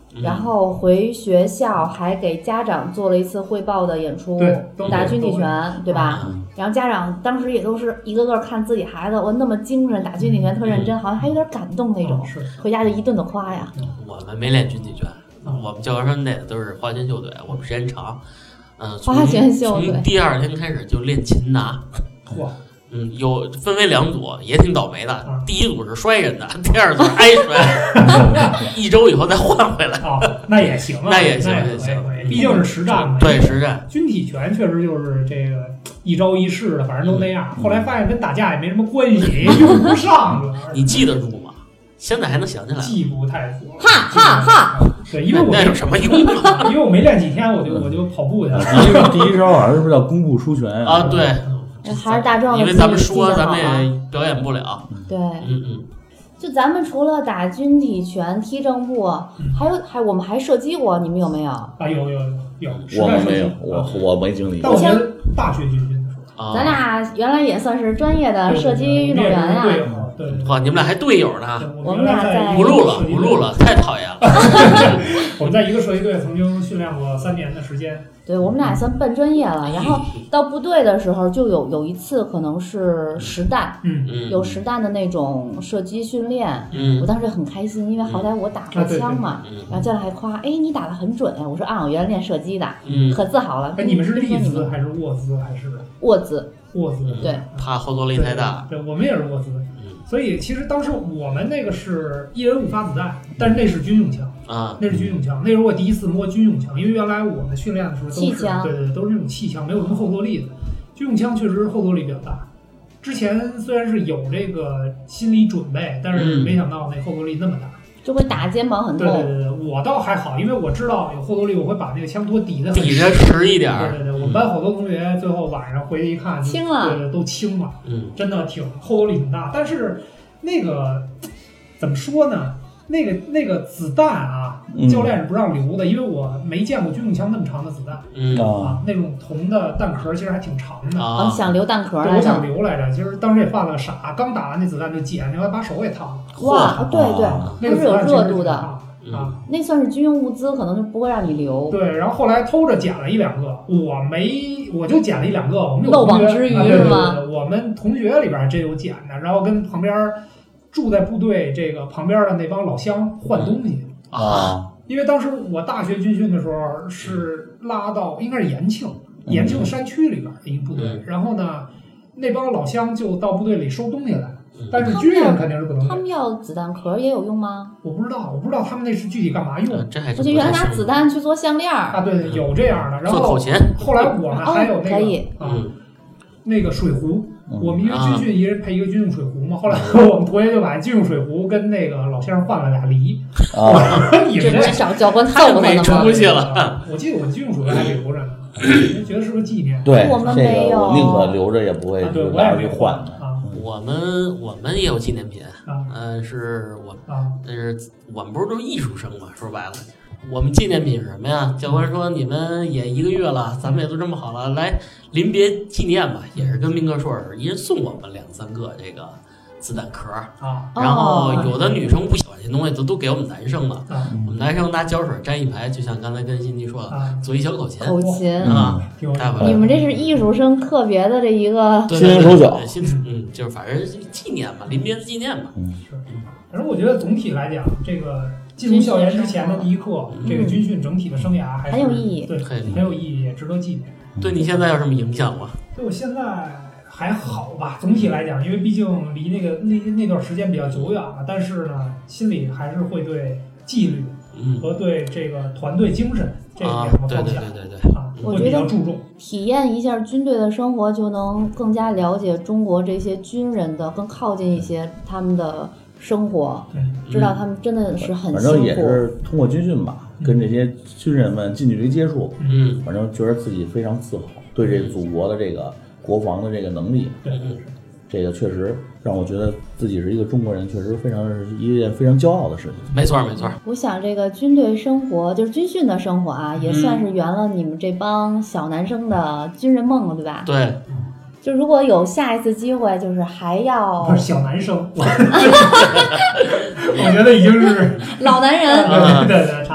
然后回学校还给家长做了一次汇报的演出，打军体拳，对吧？然后家长当时也都是一个个看自己孩子，我那么精神，打军体拳特认真，好像还有点感动那种，回家就一顿的夸呀。 我们没练军体拳，我们教科生那都是花拳绣腿，我们时间长，嗯， 花拳绣腿， 从第二天开始就练擒拿。 哇！ 嗯，有分为两组，也挺倒霉的。啊、第一组是摔人的，第二组挨摔，一周以后再换回来。 哦，那也行啊， 那也行， 也行，毕竟是实战嘛。 对，实战。 军体拳确实就是这个一招一式的，反正都那样。嗯、后来发现跟打架也没什么关系，用不上了。 你记得住吗？现在还能想起来？ 记不太住。 哈哈哈！ 对，因为我那有什么用啊？ 因为我没练几天，我就我就跑步去了。 第一个第一招好像是不是叫弓步出拳呀？ 啊，对。 还是大壮的， 因为咱们说咱们也表演不了。 对， 嗯嗯。 就咱们除了打军体拳、踢正步，还有还我们还射击过，你们有没有？ 啊，有有有有。 我们没有，我我没经历过。 但我觉得大学军训的时候， 咱俩原来也算是专业的射击运动员呀。 对对。 哇，你们俩还队友呢？ 我们俩在不录了，不录了，太讨厌了。 我们在一个射击队曾经训练过三年的时间。 对，我们俩算半专业了。然后到部队的时候，就有有一次可能是实弹， 嗯， 有实弹的那种射击训练。 嗯， 我当时很开心，因为好歹我打过枪嘛。 嗯， 然后教练还夸，哎，你打得很准呀！我说啊，我原来练射击的， 嗯， 可自豪了。 哎，你们是立姿还是卧姿还是？ 卧姿。 卧姿。 对， 怕后坐力太大。 对，我们也是卧姿。所以其实当时我们那个是一人五发子弹，但是那是军用枪啊， 那是军用枪。那时候我第一次摸军用枪，因为原来我们训练的时候都是气枪， 对对对，都是那种气枪，没有什么后坐力的。军用枪确实后坐力比较大。之前虽然是有这个心理准备，但是没想到那后坐力那么大， 就会打肩膀很痛。 对对对对，我倒还好，因为我知道有后坐力，我会把那个枪托抵的抵着实一点。 对对对，我们班好多同学最后晚上回去一看， 轻了， 对对，都轻了， 嗯， 真的挺后坐力挺大，但是。那个怎么说呢？那个那个子弹啊，教练是不让留的，因为我没见过军用枪那么长的子弹。 嗯啊，那种铜的弹壳其实还挺长的。 啊，想留弹壳来着。 我想留来着，其实当时也犯了傻，刚打完那子弹就捡，然后把手给烫了。 哇，对对， 那是有热度的啊。 那算是军用物资，可能就不会让你留。 对，然后后来偷着捡了一两个，我没，我就捡了一两个。我们有漏网之鱼是吗？ 我们同学里边真有捡的，然后跟旁边。住在部队这个旁边的那帮老乡换东西啊， 因为当时我大学军训的时候是拉到应该是延庆，延庆山区里边的一个部队， 嗯、 然后呢，那帮老乡就到部队里收东西来，但是军人肯定是不能。 他们要子弹壳也有用吗？ 我不知道，我不知道他们那是具体干嘛用。 嗯、这还我就原来拿子弹去做项链啊，对，有这样的。然后做口琴。 后来我们还有那个、 哦、可以啊，那个水壶。我们因为啊军训一人配一个军用水壶嘛，后来我们同学就把军用水壶跟那个老先生换了俩梨。 啊， 你们这找教官凑合没出息了。 我记得我军用水壶还留着呢，觉得是个纪念。 对， 我们没有， 这个我宁可留着也不会拿出去换的。 我们我们也有纪念品， 嗯、 呃，是我， 啊、 但是我们不是都是艺术生嘛？说白了。我们纪念品是什么呀？教官说你们也一个月了，咱们也都这么好了，来临别纪念吧，也是跟民科硕似的，一人送我们两三个这个子弹壳啊。 然后有的女生不喜欢这东西，都都给我们男生了。 啊、 我们男生拿胶水粘一排，就像刚才跟辛迪说的， 啊、 做一小口琴。 口琴啊，带回来。 你们这是艺术生特别的这一个心灵手巧。 新嗯，就是反正纪念嘛，临别的纪念嘛。 嗯， 是。反正我觉得总体来讲，这个。进入校园之前的第一课，这个军训整体的生涯还是很有意义， 对，很有意义，也值得纪念。 对你现在有什么影响吗？ 对我现在还好吧，总体来讲，因为毕竟离那个那那段时间比较久远了，但是呢，心里还是会对纪律和对这个团队精神、嗯、这两个方向， 对对对对对啊，会比较注重。 体验一下军队的生活，就能更加了解中国这些军人的，更靠近一些他们的。生活，知道他们真的是很辛苦。 反正也是通过军训吧，嗯、跟这些军人们近距离接触， 嗯， 反正觉得自己非常自豪，对这祖国的这个国防的这个能力， 对， 这个确实让我觉得自己是一个中国人，确实非常是一件非常骄傲的事情。 没错，没错。 我想这个军队生活，就是军训的生活啊，也算是圆了你们这帮小男生的军人梦了，对吧？ 对。 就如果有下一次机会，就是还要不是小男生，我觉得已经是老男人， 对对对，差不多。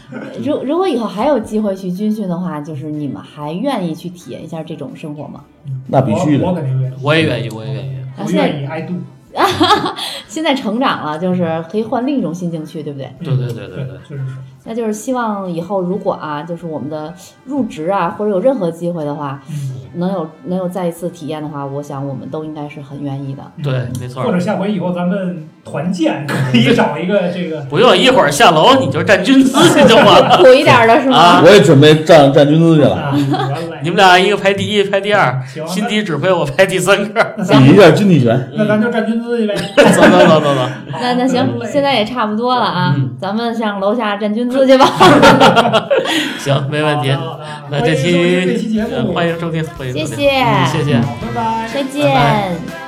如如果以后还有机会去军训的话，就是你们还愿意去体验一下这种生活吗？ 那必须的， 我肯定愿意， 我也愿意，我也愿意， 我愿意 I do。 现在成长了，就是可以换另一种心境去，对不对？ 对对对对对，确实是。 那就是希望以后如果啊，就是我们的入职啊，或者有任何机会的话， 嗯、 能有能有再一次体验的话，我想我们都应该是很愿意的。 对，没错。 或者下回以后咱们团建可以找一个这个， 不用一会儿下楼你就站军姿去就完了， 苦一点的是吗？ 啊、我也准备站站军姿去了。 啊、 你们俩一个排第一，排第二，心底指挥我排第三个， 比一下军体拳。 那咱就站军姿去呗。 走走走走走。 那那行，现在也差不多了啊，嗯、咱们上楼下站军姿去吧。 行，没问题。那这期这期节目欢迎收听，欢迎收听， 谢谢， 谢谢， 好，拜拜， 再见。 拜拜。